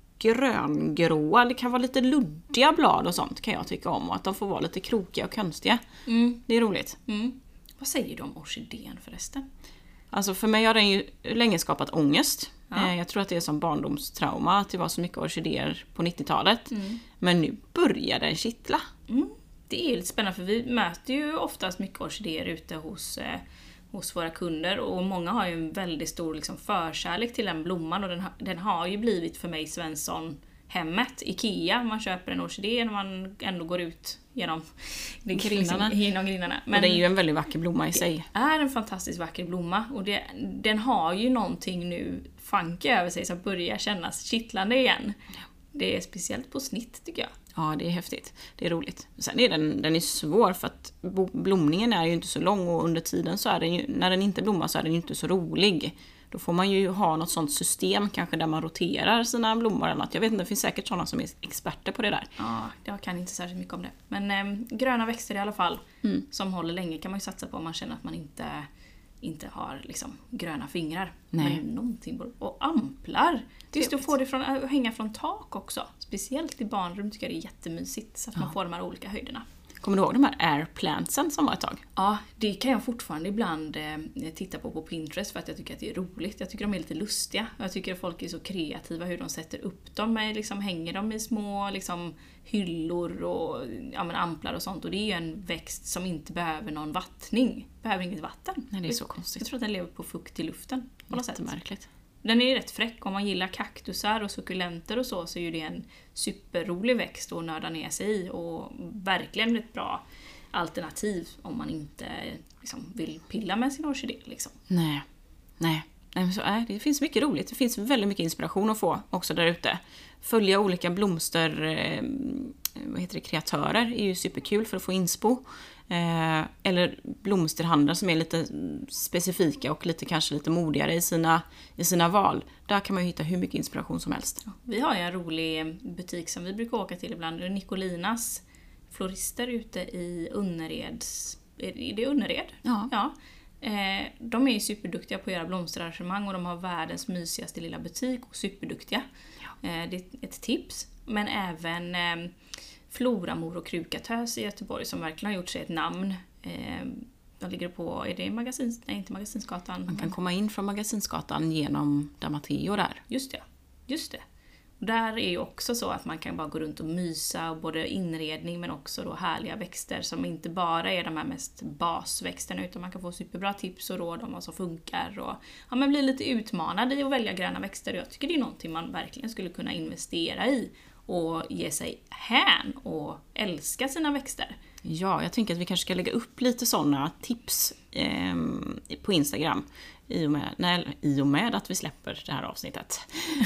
[SPEAKER 1] gröngråa, det kan vara lite luddiga blad och sånt kan jag tycka om, och att de får vara lite krokiga och konstiga. Det är roligt.
[SPEAKER 2] Vad säger du om orkidén förresten?
[SPEAKER 1] Alltså för mig har den ju länge skapat ångest. Jag tror att det är som barndomstrauma att det var så mycket orkidéer på 90-talet. Men nu börjar den kittla.
[SPEAKER 2] Det är lite spännande för vi möter ju oftast mycket orkidéer ute hos våra kunder, och många har ju en väldigt stor liksom förkärlek till den blomman, och den har ju blivit för mig Svensson hemmet, Ikea, man köper en orkidé när man ändå går ut genom grindarna.
[SPEAKER 1] Men det är ju en väldigt vacker blomma i sig.
[SPEAKER 2] Det är en fantastiskt vacker blomma, och den har ju någonting nu funky över sig som börjar kännas kittlande igen. Det är speciellt på snitt tycker jag.
[SPEAKER 1] Ja, det är häftigt. Det är roligt. Sen är den är svår för att blomningen är ju inte så lång, och under tiden så är den ju, när den inte blommar så är den ju inte så rolig. Då får man ju ha något sånt system kanske där man roterar sina blommor eller något. Jag vet inte, det finns säkert sådana som är experter på det där.
[SPEAKER 2] Ja, jag kan inte särskilt mycket om det. Men gröna växter i alla fall som håller länge kan man ju satsa på om man känner att man inte har liksom gröna fingrar.
[SPEAKER 1] Nej.
[SPEAKER 2] Men någonting och amplar. Just att få det att hänga från tak också. Speciellt i barnrum tycker jag det är jättemysigt så att man får de här olika höjderna.
[SPEAKER 1] Kommer du ihåg de här airplantsen som var ett tag?
[SPEAKER 2] Ja, det kan jag fortfarande ibland titta på Pinterest för att jag tycker att det är roligt. Jag tycker de är lite lustiga. Jag tycker att folk är så kreativa hur de sätter upp dem. Liksom, hänger dem i små liksom, hyllor och amplar och sånt. Och det är ju en växt som inte behöver någon vattning. Behöver inget vatten.
[SPEAKER 1] Nej, det är så konstigt.
[SPEAKER 2] Jag tror att den lever på fukt i luften.
[SPEAKER 1] Jättemärkligt.
[SPEAKER 2] Den är ju rätt fräck. Om man gillar kaktusar och sukulenter och så är ju det en superrolig växt att nörda ner sig i. Och verkligen ett bra alternativ om man inte liksom, vill pilla med sin orkidé. Liksom.
[SPEAKER 1] Nej. Nej, men så är det. Det finns mycket roligt. Det finns väldigt mycket inspiration att få också där ute. Följa olika kreatörer är ju superkul för att få inspo. Eller blomsterhandlare som är lite specifika och kanske lite modigare i sina val. Där kan man ju hitta hur mycket inspiration som helst.
[SPEAKER 2] Vi har ju en rolig butik som vi brukar åka till ibland. Det är Nicolinas florister ute i Unnereds... Är det Unnered? Ja. De är ju superduktiga på att göra blomsterarrangemang och de har världens mysigaste lilla butik och superduktiga. Ja. Det är ett tips. Men även Flora, Mor och Krukatös i Göteborg som verkligen har gjort sig ett namn. De ligger på, är det inte Magasinsgatan?
[SPEAKER 1] Man kan komma in från Magasinsgatan genom Damateo där.
[SPEAKER 2] Just det. Och där är ju också så att man kan bara gå runt och mysa och både inredning men också då härliga växter som inte bara är de här mest basväxterna utan man kan få superbra tips och råd om vad som funkar och men bli lite utmanad i att välja gröna växter. Jag tycker det är någonting man verkligen skulle kunna investera i och ge sig hän och älska sina växter.
[SPEAKER 1] Ja, jag tänker att vi kanske ska lägga upp lite sådana tips på Instagram i och med att vi släpper det här avsnittet.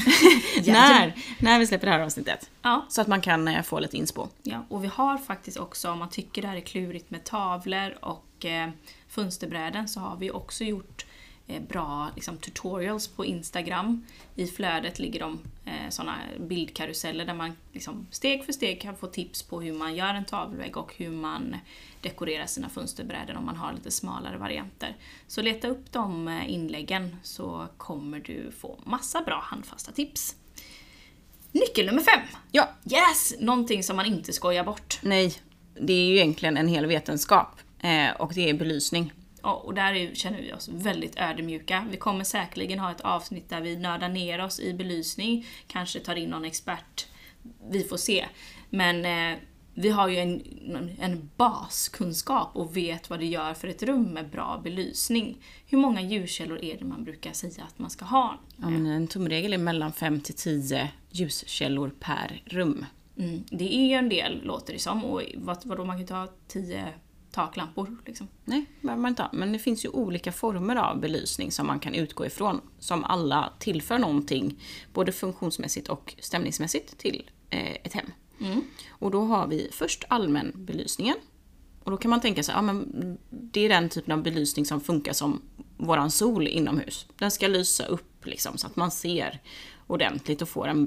[SPEAKER 1] när vi släpper det här avsnittet. Ja. Så att man kan få lite inspo.
[SPEAKER 2] Ja, och vi har faktiskt också, om man tycker det här är klurigt med tavlor och fönsterbräden så har vi också gjort bra tutorials på Instagram. I flödet ligger de såna bildkaruseller där man steg för steg kan få tips på hur man gör en tavelvägg och hur man dekorerar sina fönsterbräden om man har lite smalare varianter. Så leta upp de inläggen så kommer du få massa bra handfasta tips. Nyckel nummer 5.
[SPEAKER 1] Ja.
[SPEAKER 2] Yes! Någonting som man inte skojar bort.
[SPEAKER 1] Nej, det är ju egentligen en hel vetenskap och det är belysning.
[SPEAKER 2] Och där känner vi oss väldigt ödmjuka. Vi kommer säkerligen ha ett avsnitt där vi nördar ner oss i belysning. Kanske tar in någon expert. Vi får se. Men vi har ju en baskunskap och vet vad det gör för ett rum med bra belysning. Hur många ljuskällor är det man brukar säga att man ska ha?
[SPEAKER 1] Ja, men en tumregel är mellan 5 till 10 ljuskällor per rum.
[SPEAKER 2] Det är ju en del, låter det som. Och vadå, man kan ta 10 taklampor liksom.
[SPEAKER 1] Nej, man inte. Men det finns ju olika former av belysning som man kan utgå ifrån. Som alla tillför någonting, både funktionsmässigt och stämningsmässigt till ett hem. Och då har vi först allmän belysningen. Och då kan man tänka sig, men det är den typen av belysning som funkar som våran sol inomhus. Den ska lysa upp så att man ser ordentligt och får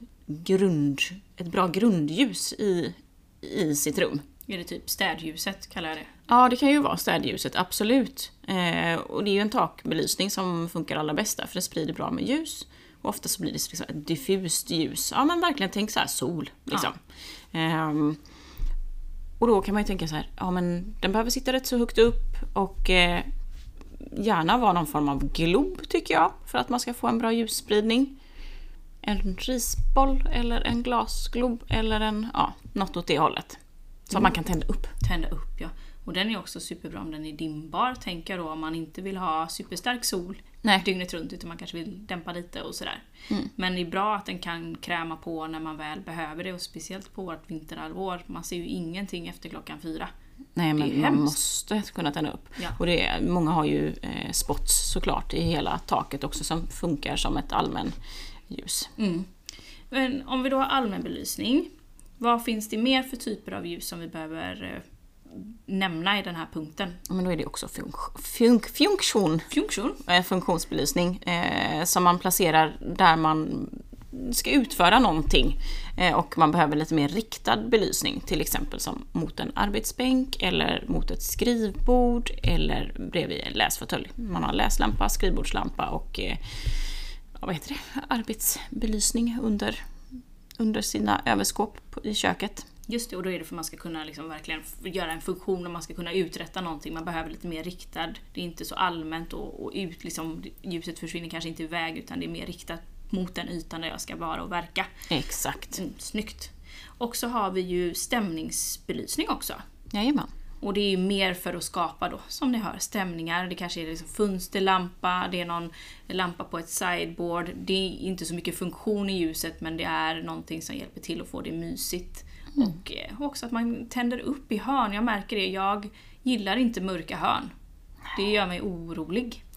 [SPEAKER 1] ett bra grundljus i sitt rum.
[SPEAKER 2] Är det typ städljuset kallar jag det?
[SPEAKER 1] Ja, det kan ju vara städljuset, absolut. Och det är ju en takbelysning som funkar allra bästa för det sprider bra med ljus. Och ofta så blir det ett diffust ljus. Ja, men verkligen tänk så här sol. Och då kan man ju tänka så här, men den behöver sitta rätt så högt upp och gärna vara någon form av glob tycker jag. För att man ska få en bra ljusspridning. En risboll eller en glasglob eller något åt det hållet. Så man kan tända upp.
[SPEAKER 2] Tända upp, ja. Och den är också superbra om den är dimbar, tänker jag då, om man inte vill ha superstark sol dygnet runt, utan man kanske vill dämpa lite och sådär. Men det är bra att den kan kräma på när man väl behöver det, och speciellt på vårt vinterhalvår. Man ser ju ingenting efter 4:00.
[SPEAKER 1] Nej, men man måste kunna tända upp. Ja. Och många har ju spots såklart i hela taket också som funkar som ett allmän ljus.
[SPEAKER 2] Men om vi då har allmän belysning, vad finns det mer för typer av ljus som vi behöver nämna i den här punkten?
[SPEAKER 1] Ja, men då är det också funktionsbelysning som man placerar där man ska utföra någonting och man behöver lite mer riktad belysning, till exempel som mot en arbetsbänk eller mot ett skrivbord eller bredvid en läsfåtölj. Man har läslampa, skrivbordslampa och arbetsbelysning under sina överskåp i köket.
[SPEAKER 2] Just det, och då är det för att man ska kunna verkligen göra en funktion och man ska kunna uträtta någonting. Man behöver lite mer riktad. Det är inte så allmänt och ljuset försvinner kanske inte iväg, utan det är mer riktat mot den ytan där jag ska vara och verka.
[SPEAKER 1] Exakt.
[SPEAKER 2] Snyggt. Och så har vi ju stämningsbelysning också.
[SPEAKER 1] Jajamän.
[SPEAKER 2] Och det är ju mer för att skapa då, som ni hör, stämningar. Det kanske är fönsterlampa, det är någon lampa på ett sideboard. Det är inte så mycket funktion i ljuset, men det är någonting som hjälper till att få det mysigt. Och också att man tänder upp i hörn. Jag märker det, jag gillar inte mörka hörn. Det gör mig orolig.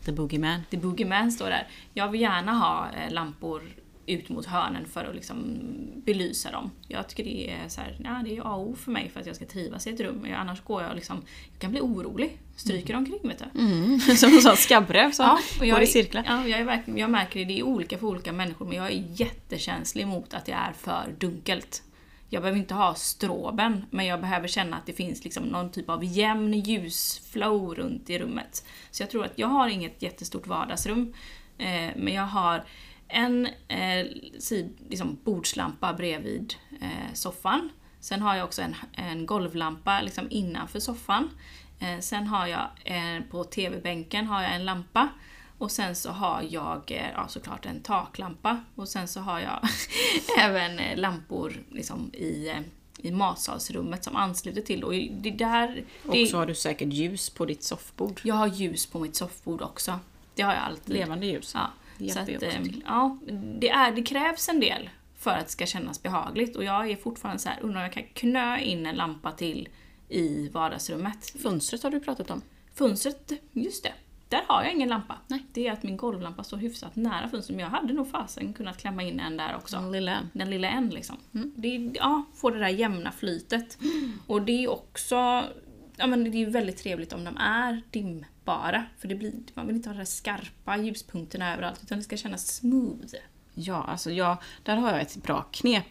[SPEAKER 1] The Boogeyman.
[SPEAKER 2] The Boogeyman står där. Jag vill gärna ha lampor ut mot hörnen för att liksom belysa dem. Jag tycker det är så här, ja, det är A och O för mig för att jag ska trivas i ett rum. Annars går jag liksom, jag kan bli orolig. Stryker omkring, vet du.
[SPEAKER 1] Som en sån skabbräv som
[SPEAKER 2] och jag
[SPEAKER 1] går i cirklar.
[SPEAKER 2] Ja, jag märker det är olika för olika människor, men jag är jättekänslig mot att det är för dunkelt. Jag behöver inte ha stråben, men jag behöver känna att det finns liksom någon typ av jämn ljusflow runt i rummet. Så jag tror att jag har inget jättestort vardagsrum, men jag har en liksom bordslampa bredvid soffan. Sen har jag också en golvlampa liksom innanför soffan. Sen har jag på tv-bänken har jag en lampa. Och sen så har jag såklart en taklampa. Och sen så har jag även lampor liksom i matsalsrummet som ansluter till. Och det där,
[SPEAKER 1] och så har du säkert ljus på ditt soffbord.
[SPEAKER 2] Jag har ljus på mitt soffbord också. Det har jag alltid.
[SPEAKER 1] Levande ljus.
[SPEAKER 2] Ja. Så att,
[SPEAKER 1] ja,
[SPEAKER 2] det krävs en del för att det ska kännas behagligt. Och jag är fortfarande så här, undrar om jag kan knö in en lampa till i vardagsrummet.
[SPEAKER 1] Fönstret har du pratat om.
[SPEAKER 2] Fönstret, just det. Där har jag ingen lampa.
[SPEAKER 1] Nej.
[SPEAKER 2] Det är att min golvlampa står hyfsat nära fönstret. Men jag hade nog fasen kunnat klämma in en där också. Den lilla en liksom. Får det där jämna flytet. Och det är också, ja, men det är väldigt trevligt om de är dimmbara. För man vill inte ha de där skarpa ljuspunkterna överallt, utan det ska kännas smooth.
[SPEAKER 1] Ja, alltså där har jag ett bra knep.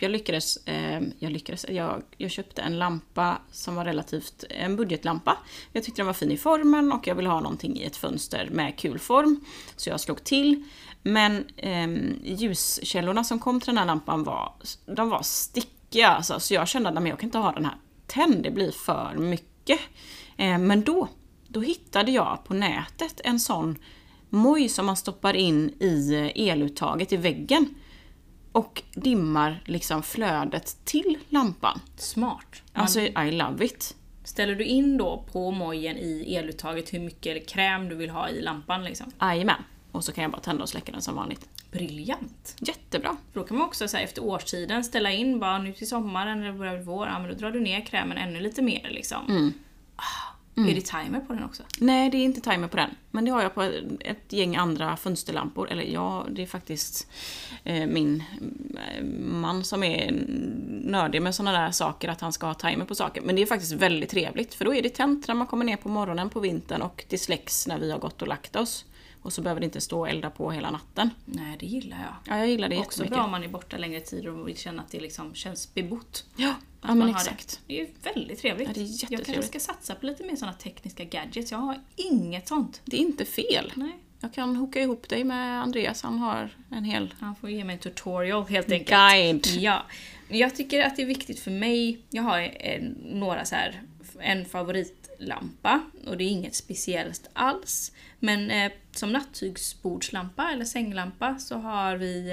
[SPEAKER 1] Jag köpte en lampa som var en budgetlampa. Jag tyckte den var fin i formen och jag ville ha någonting i ett fönster med kul form. Så jag slog till. Men ljuskällorna som kom till den här lampan var stickiga. Alltså, så jag kände att jag kan inte ha den här tänd. Det blir för mycket. Men då hittade jag på nätet en sån moj som man stoppar in i eluttaget i väggen och dimmar liksom flödet till lampan.
[SPEAKER 2] Smart.
[SPEAKER 1] Alltså I love it.
[SPEAKER 2] Ställer du in då på mojen i eluttaget hur mycket kräm du vill ha i lampan liksom?
[SPEAKER 1] Jajamän. Och så kan jag bara tända och släcka den som vanligt.
[SPEAKER 2] Briljant.
[SPEAKER 1] Jättebra.
[SPEAKER 2] För då kan man också så här, efter årstiden ställa in bara nu till sommaren eller börjar vår, men då drar du ner krämen ännu lite mer liksom. Är det timer på den också?
[SPEAKER 1] Nej, det är inte timer på den. Men det har jag på ett gäng andra fönsterlampor. Eller ja, det är faktiskt min man som är nördig med såna där saker, att han ska ha timer på saker. Men det är faktiskt väldigt trevligt. För då är det tänt när man kommer ner på morgonen på vintern och det släcks när vi har gått och lagt oss. Och så behöver det inte stå och elda på hela natten.
[SPEAKER 2] Nej, det gillar jag.
[SPEAKER 1] Ja, jag gillar det
[SPEAKER 2] också
[SPEAKER 1] jättemycket.
[SPEAKER 2] Bra om man är borta längre tid och vill känna att det liksom känns bebott.
[SPEAKER 1] Ja, men exakt.
[SPEAKER 2] Det är väldigt trevligt.
[SPEAKER 1] Ja, det är jättetrevligt.
[SPEAKER 2] Jag kanske ska satsa på lite mer såna tekniska gadgets. Jag har inget sånt.
[SPEAKER 1] Det är inte fel.
[SPEAKER 2] Nej.
[SPEAKER 1] Jag kan hooka ihop dig med Andreas. Han har en hel...
[SPEAKER 2] Han får ge mig en tutorial helt enkelt.
[SPEAKER 1] Guide.
[SPEAKER 2] Ja. Jag tycker att det är viktigt för mig. Jag har några så här, en favoritlampa. Och det är inget speciellt alls. Men som nattygsbordslampa eller sänglampa så har vi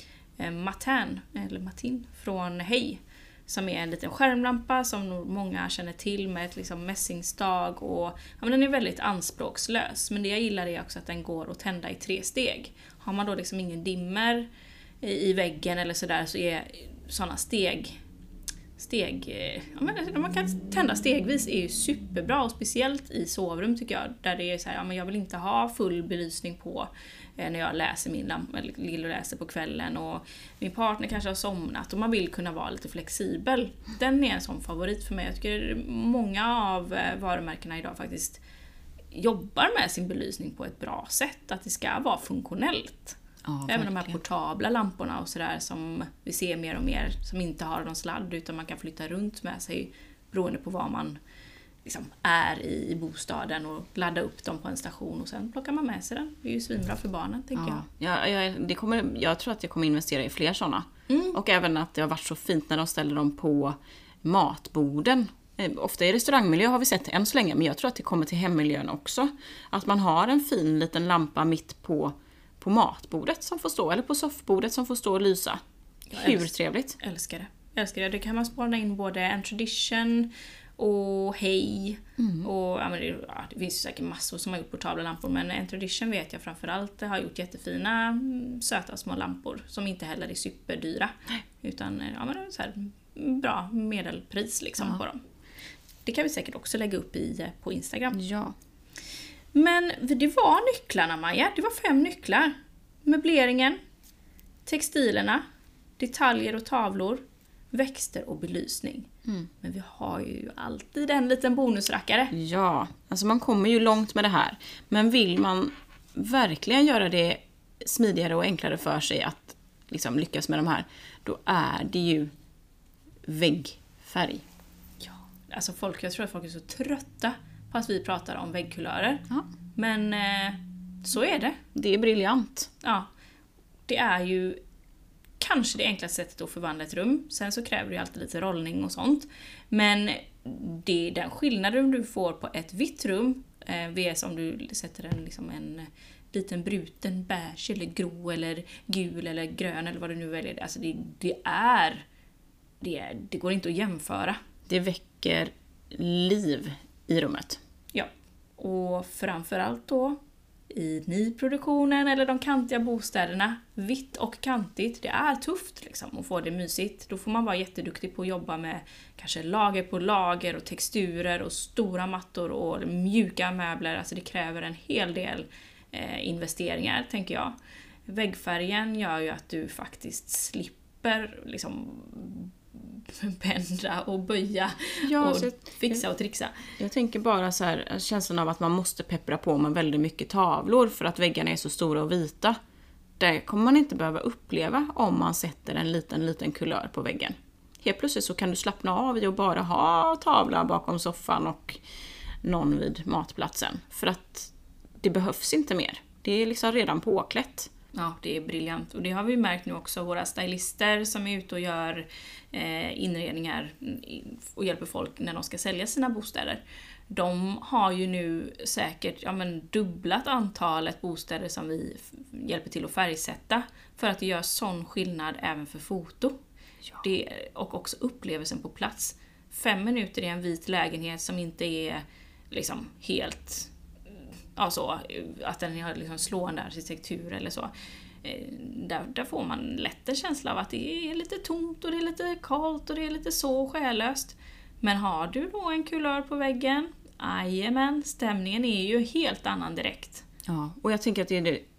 [SPEAKER 2] Matin från Hej. Som är en liten skärmlampa som nog många känner till med ett liksom mässingstag. Och, men den är väldigt anspråkslös. Men det jag gillar är också att den går att tända i 3 steg. Har man då liksom ingen dimmer i väggen eller sådär, så är sådana steg man kan tända stegvis är ju superbra, och speciellt i sovrum tycker jag, där det är så här, men jag vill inte ha full belysning på när jag läser min lampa eller ligger och läser på kvällen och min partner kanske har somnat och man vill kunna vara lite flexibel. Den är en sån favorit för mig. Jag tycker många av varumärkena idag faktiskt jobbar med sin belysning på ett bra sätt, att det ska vara funktionellt.
[SPEAKER 1] Ja,
[SPEAKER 2] även de här portabla lamporna och sådär som vi ser mer och mer, som inte har någon sladd utan man kan flytta runt med sig beroende på var man liksom är i bostaden, och ladda upp dem på en station och sen plockar man med sig den. Det är ju svinbra för barnen, tänker jag.
[SPEAKER 1] Jag tror att jag kommer investera i fler sådana. Och även att det har varit så fint när de ställer dem på matborden. Ofta i restaurangmiljö har vi sett än så länge, men jag tror att det kommer till hemmiljön också. Att man har en fin liten lampa mitt på matbordet som får stå, eller på soffbordet som får stå och lysa. Hur trevligt.
[SPEAKER 2] Älskar det. Det kan man spara in både en Tradition och Hej. Och det finns säkert massor som har gjort portabla lampor, men en Tradition vet jag framförallt har gjort jättefina söta små lampor som inte heller är superdyra. Utan det är så här bra medelpris liksom på dem. Det kan vi säkert också lägga upp på Instagram.
[SPEAKER 1] Ja.
[SPEAKER 2] Men det var nycklarna, Maja. Det var 5 nycklar. Möbleringen, textilerna, detaljer och tavlor, växter och belysning. Men vi har ju alltid en liten bonusrackare.
[SPEAKER 1] Ja, alltså man kommer ju långt med det här. Men vill man verkligen göra det smidigare och enklare för sig att liksom lyckas med de här, då är det ju väggfärg.
[SPEAKER 2] Ja, alltså jag tror att folk är så trötta på att vi pratar om väggkulörer.
[SPEAKER 1] Ja.
[SPEAKER 2] Men så är det.
[SPEAKER 1] Det är briljant.
[SPEAKER 2] Ja, det är ju kanske det enklaste sättet att förvandla ett rum. Sen så kräver det ju alltid lite rollning och sånt. Men det är den skillnaden du får på ett vitt rum, vs om du sätter en liten bruten beige eller grå eller gul eller grön eller vad du nu väljer. Alltså det går inte att jämföra.
[SPEAKER 1] Det väcker liv i rummet.
[SPEAKER 2] Ja, och framförallt då i nyproduktionen eller de kantiga bostäderna, vitt och kantigt, det är tufft liksom att få det mysigt. Då får man vara jätteduktig på att jobba med kanske lager på lager och texturer och stora mattor och mjuka möbler. Alltså det kräver en hel del investeringar, tänker jag. Väggfärgen gör ju att du faktiskt slipper liksom bända och böja och fixa och trixa.
[SPEAKER 1] Jag tänker bara så här, känslan av att man måste peppra på med väldigt mycket tavlor för att väggarna är så stora och vita. Det kommer man inte behöva uppleva om man sätter en liten kulör på väggen. Helt plötsligt så kan du slappna av i och bara ha tavla bakom soffan och någon vid matplatsen. För att det behövs inte mer. Det är liksom redan påklätt.
[SPEAKER 2] Ja, det är briljant. Och det har vi märkt nu också. Våra stylister som är ute och gör inredningar och hjälper folk när de ska sälja sina bostäder. De har ju nu säkert dubblat antalet bostäder som vi hjälper till att färgsätta. För att det gör sån skillnad även för foto. Ja. Och också upplevelsen på plats. 5 minuter i en vit lägenhet som inte är liksom helt... Alltså, att den har liksom slående arkitektur eller så. Där får man lätt en känsla av att det är lite tomt och det är lite kallt och det är lite så själöst. Men har du då en kulör på väggen, ajamän, stämningen är ju helt annan direkt.
[SPEAKER 1] Ja, och jag tänker att det är det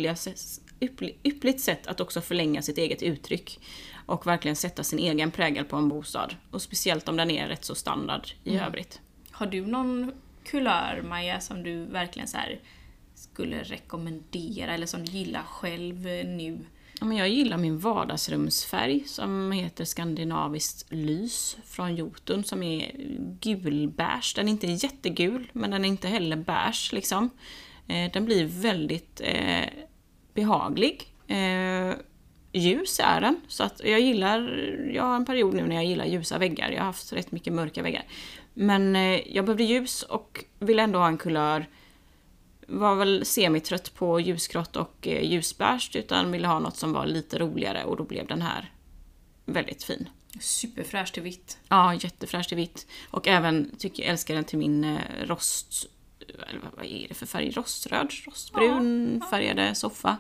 [SPEAKER 1] yppligt sätt att också förlänga sitt eget uttryck och verkligen sätta sin egen prägel på en bostad. Och speciellt om den är rätt så standard i övrigt.
[SPEAKER 2] Har du någon kulör, Maja, som du verkligen så här skulle rekommendera eller som du gillar själv nu?
[SPEAKER 1] Ja, men jag gillar min vardagsrumsfärg som heter skandinaviskt lys från Jotun som är gulbärs. Den är inte jättegul men den är inte heller bärs liksom. Den blir väldigt behaglig. Ljus är den, så att jag har en period nu när jag gillar ljusa väggar. Jag har haft rätt mycket mörka väggar. Men jag behövde ljus och ville ändå ha en kulör. Var väl semitrött på ljusgrått och ljusbärst utan ville ha något som var lite roligare och då blev den här väldigt fin.
[SPEAKER 2] Superfräsch till vitt.
[SPEAKER 1] Ja, jättefräsch till vitt. Och även älskar den till min rost... Vad är det för färg? Rostbrun färgade soffa.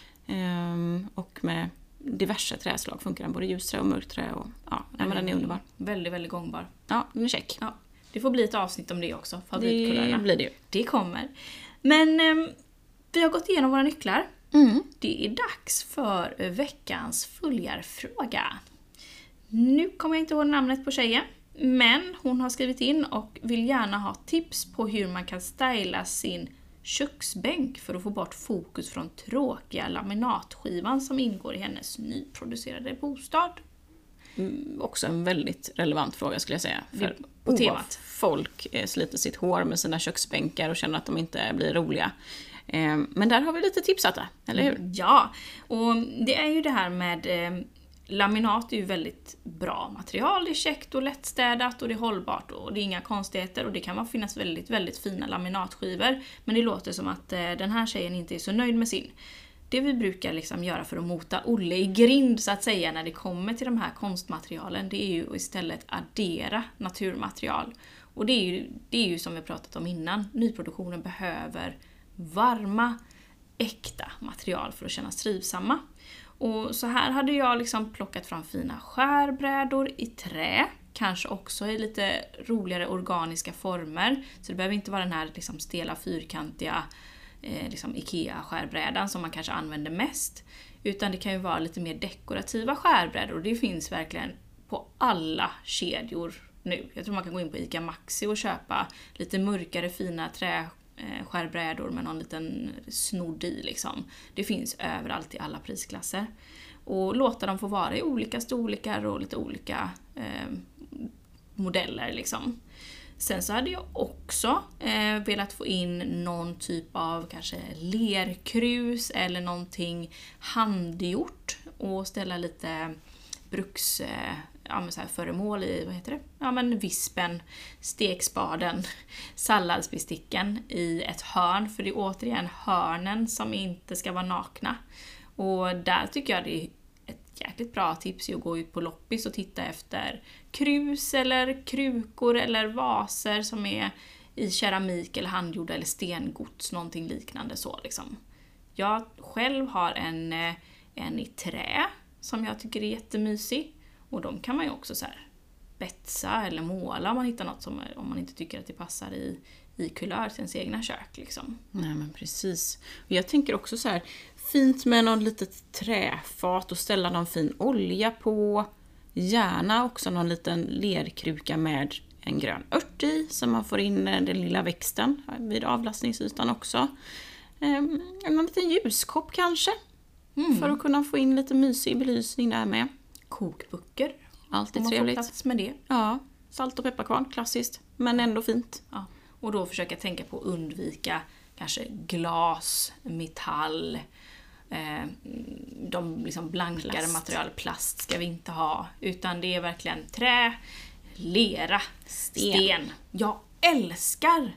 [SPEAKER 1] Och med diverse träslag funkar den, både ljusträ och mörkträ. Och, men den är underbar.
[SPEAKER 2] Väldigt, väldigt gångbar.
[SPEAKER 1] Ja, den är check.
[SPEAKER 2] Ja, det får bli ett avsnitt om det också. Favoritkulörerna.
[SPEAKER 1] Det blir det ju.
[SPEAKER 2] Det kommer. Men vi har gått igenom våra nycklar. Det är dags för veckans följarfråga. Nu kommer jag inte ihåg namnet på tjejen. Men hon har skrivit in och vill gärna ha tips på hur man kan styla sin köksbänk för att få bort fokus från tråkiga laminatskivan som ingår i hennes nyproducerade bostad.
[SPEAKER 1] Också en väldigt relevant fråga skulle jag säga. För
[SPEAKER 2] på temat.
[SPEAKER 1] Folk sliter sitt hår med sina köksbänkar och känner att de inte blir roliga. Men där har vi lite tipsata, eller hur?
[SPEAKER 2] Ja, och det är ju det här med... Laminat är ju väldigt bra material, det är käckt och lättstädat och det är hållbart och det är inga konstigheter och det kan finnas väldigt, väldigt fina laminatskivor, men det låter som att den här tjejen inte är så nöjd med sin. Det vi brukar liksom göra för att mota Olle i grind så att säga när det kommer till de här konstmaterialen, det är ju istället addera naturmaterial. Och det är ju som vi pratat om innan, nyproduktionen behöver varma, äkta material för att kännas trivsamma. Och så här hade jag liksom plockat fram fina skärbrädor i trä. kanske också i lite roligare organiska former. Så det behöver inte vara den här liksom stela fyrkantiga liksom IKEA-skärbrädan som man kanske använder mest. Utan det kan ju vara lite mer dekorativa skärbrädor, och det finns verkligen på alla kedjor nu. Jag tror man kan gå in på ICA Maxi och köpa lite mörkare fina träskärbrädor med någon liten snodd i liksom. Det finns överallt i alla prisklasser. Och låta dem få vara i olika storlekar och lite olika modeller liksom. Sen så hade jag också velat få in någon typ av kanske lerkrus eller någonting handgjort och ställa lite bruks så här föremål i, vad heter det? Ja men vispen, stekspaden, salladsbesticken i ett hörn, för det är återigen hörnen som inte ska vara nakna. Och där tycker jag det är ett jäkligt bra tips att gå ut på loppis och titta efter krus eller krukor eller vaser som är i keramik eller handgjorda eller stengods, någonting liknande så liksom. Jag själv har en i trä som jag tycker är jättemysig, och de kan man ju också så här betsa eller måla om man hittar något som, om man inte tycker att det passar i kulör till ens egna kök liksom.
[SPEAKER 1] Nej men precis. Och jag tänker också så här, fint med någon litet träfat och ställa någon fin olja på. Gärna också någon liten lerkruka med en grön ört i, så man får in den lilla växten vid avlastningsytan också. Någon liten ljuskopp kanske. För att kunna få in lite mysig belysning där med.
[SPEAKER 2] Kokböcker.
[SPEAKER 1] Alltid
[SPEAKER 2] man
[SPEAKER 1] trevligt.
[SPEAKER 2] får plats med det.
[SPEAKER 1] Ja, salt och pepparkvarn, klassiskt. Men ändå fint.
[SPEAKER 2] Ja. Och då försöka tänka på att undvika kanske glas, metall, de liksom blankare material, plast ska vi inte ha. Utan det är verkligen trä, lera, sten. Jag älskar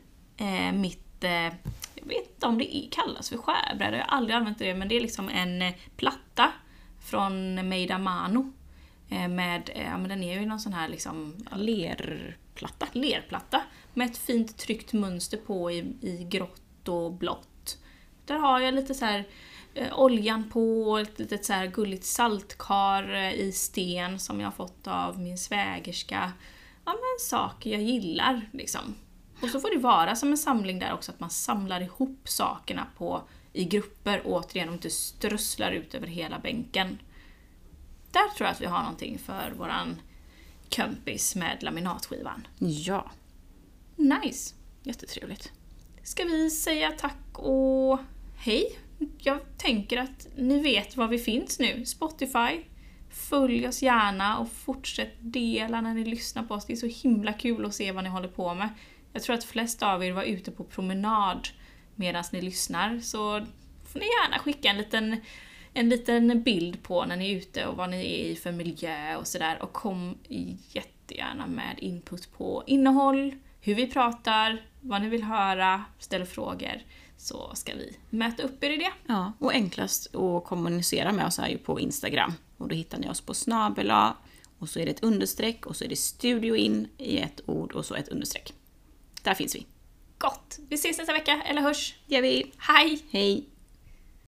[SPEAKER 2] jag vet inte om det kallas för skärbräda, jag har aldrig använt det, men det är liksom en platta från Made Mano med, men den är ju någon sån här liksom lerplatta med ett fint tryckt mönster på i grått och blått. Där har jag lite så här oljan på, ett litet så här gulligt saltkar i sten som jag har fått av min svägerska. Ja men saker jag gillar liksom. Och så får det vara som en samling där också, att man samlar ihop sakerna i grupper återigen och inte strösslar ut över hela bänken. Där tror jag att vi har någonting för våran kompis med laminatskivan.
[SPEAKER 1] Ja.
[SPEAKER 2] Nice.
[SPEAKER 1] Jättetrevligt.
[SPEAKER 2] Ska vi säga tack och hej? Jag tänker att ni vet var vi finns nu. Spotify. Följ oss gärna och fortsätt dela när ni lyssnar på oss. Det är så himla kul att se vad ni håller på med. Jag tror att flest av er var ute på promenad medan ni lyssnar. Så får ni gärna skicka en liten bild på när ni är ute och vad ni är i för miljö och sådär. Och kom jättegärna med input på innehåll, hur vi pratar, vad ni vill höra, ställ frågor. Så ska vi mäta upp er i det.
[SPEAKER 1] Ja, och enklast att kommunicera med oss är ju på Instagram. Och då hittar ni oss på @, och så är det ett understreck, och så är det studio in i ett ord och så ett understreck. Där finns vi.
[SPEAKER 2] Gott! Vi ses nästa vecka, eller hörs.
[SPEAKER 1] Det gör vi.
[SPEAKER 2] Hej!
[SPEAKER 1] Hej!